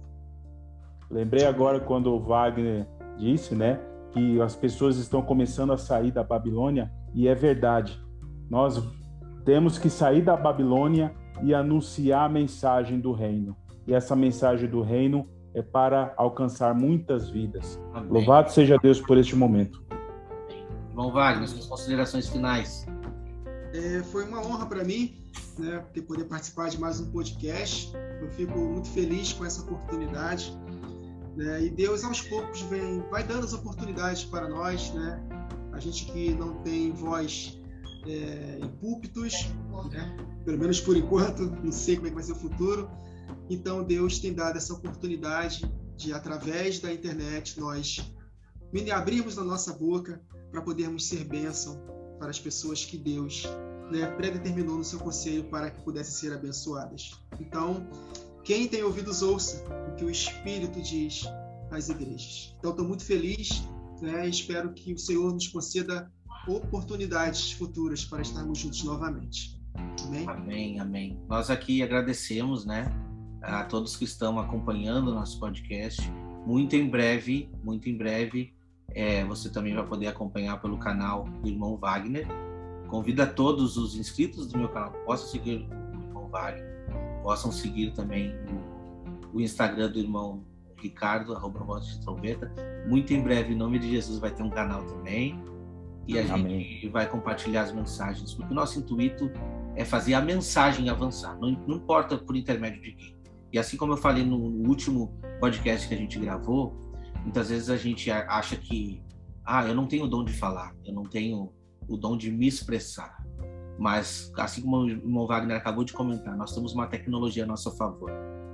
S2: Lembrei agora quando o Wagner disse, né, que as pessoas estão começando a sair da Babilônia, e é verdade. Nós temos que sair da Babilônia e anunciar a mensagem do reino. E essa mensagem do reino é para alcançar muitas vidas. Amém. Louvado seja Deus por este momento.
S1: Irmão Wagner, suas considerações finais.
S3: É, foi uma honra para mim, né, ter poder participar de mais um podcast. Eu fico muito feliz com essa oportunidade, né, e Deus aos poucos vem, vai dando as oportunidades para nós, né, a gente que não tem voz é, em púlpitos, né, pelo menos por enquanto, não sei como é que vai ser o futuro. Então Deus tem dado essa oportunidade de, através da internet, nós abrirmos a nossa boca para podermos ser bênção para as pessoas que Deus, né, predeterminou no seu conselho para que pudessem ser abençoadas. Então, quem tem ouvidos, ouça o que o Espírito diz às igrejas. Então, estou muito feliz, né, e espero que o Senhor nos conceda oportunidades futuras para estarmos juntos novamente. Amém?
S1: Amém, amém. Nós aqui agradecemos, né, a todos que estão acompanhando o nosso podcast. Muito em breve, muito em breve, é, você também vai poder acompanhar pelo canal do irmão Wagner. Convido a todos os inscritos do meu canal que possam seguir o irmão Wagner, possam seguir também o, o Instagram do irmão Ricardo, arroba voz de trombeta. Muito em breve, em nome de Jesus, vai ter um canal também. E a Amém. gente vai compartilhar as mensagens, porque o nosso intuito é fazer a mensagem avançar, não, não importa por intermédio de quem. E assim como eu falei no, no último podcast que a gente gravou, muitas vezes a gente acha que ah, eu não tenho o dom de falar, eu não tenho o dom de me expressar. Mas, assim como o irmão Wagner acabou de comentar, nós temos uma tecnologia a nosso favor.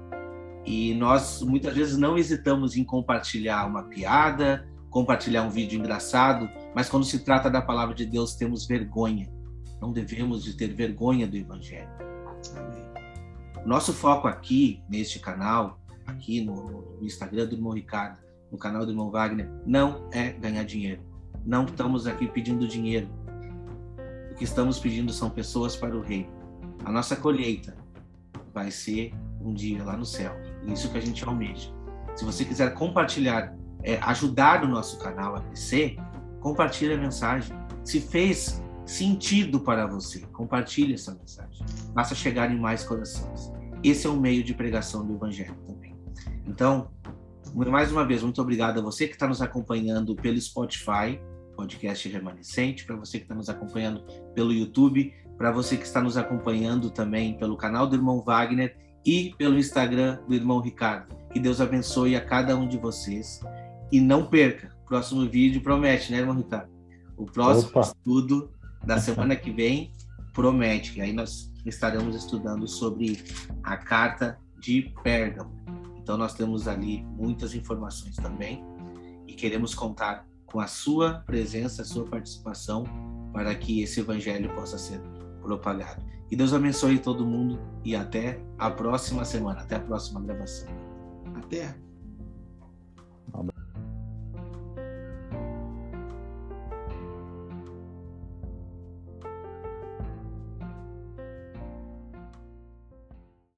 S1: E nós, muitas vezes, não hesitamos em compartilhar uma piada, compartilhar um vídeo engraçado, mas quando se trata da palavra de Deus, temos vergonha. Não devemos de ter vergonha do Evangelho.
S3: Amém.
S1: O nosso foco aqui, neste canal, aqui no, no Instagram do irmão Ricardo, no canal do irmão Wagner, não é ganhar dinheiro. Não estamos aqui pedindo dinheiro. O que estamos pedindo são pessoas para o reino. A nossa colheita vai ser um dia lá no céu. Isso que a gente almeja. Se você quiser compartilhar, é, ajudar o nosso canal a crescer, compartilhe a mensagem. Se fez sentido para você, compartilhe essa mensagem. Faça chegar em mais corações. Esse é o meio de pregação do Evangelho também. Então, mais uma vez, muito obrigado a você que está nos acompanhando pelo Spotify, podcast Remanescente, para você que está nos acompanhando pelo YouTube, para você que está nos acompanhando também pelo canal do Irmão Wagner e pelo Instagram do Irmão Ricardo. Que Deus abençoe a cada um de vocês. E não perca, o próximo vídeo promete, né, Irmão Ricardo? O próximo Opa. estudo da semana que vem promete, que aí nós estaremos estudando sobre a carta de Pérgamo. Então nós temos ali muitas informações também e queremos contar com a sua presença, a sua participação para que esse evangelho possa ser propagado. Que Deus abençoe todo mundo e até a próxima semana, até a próxima gravação.
S3: Até!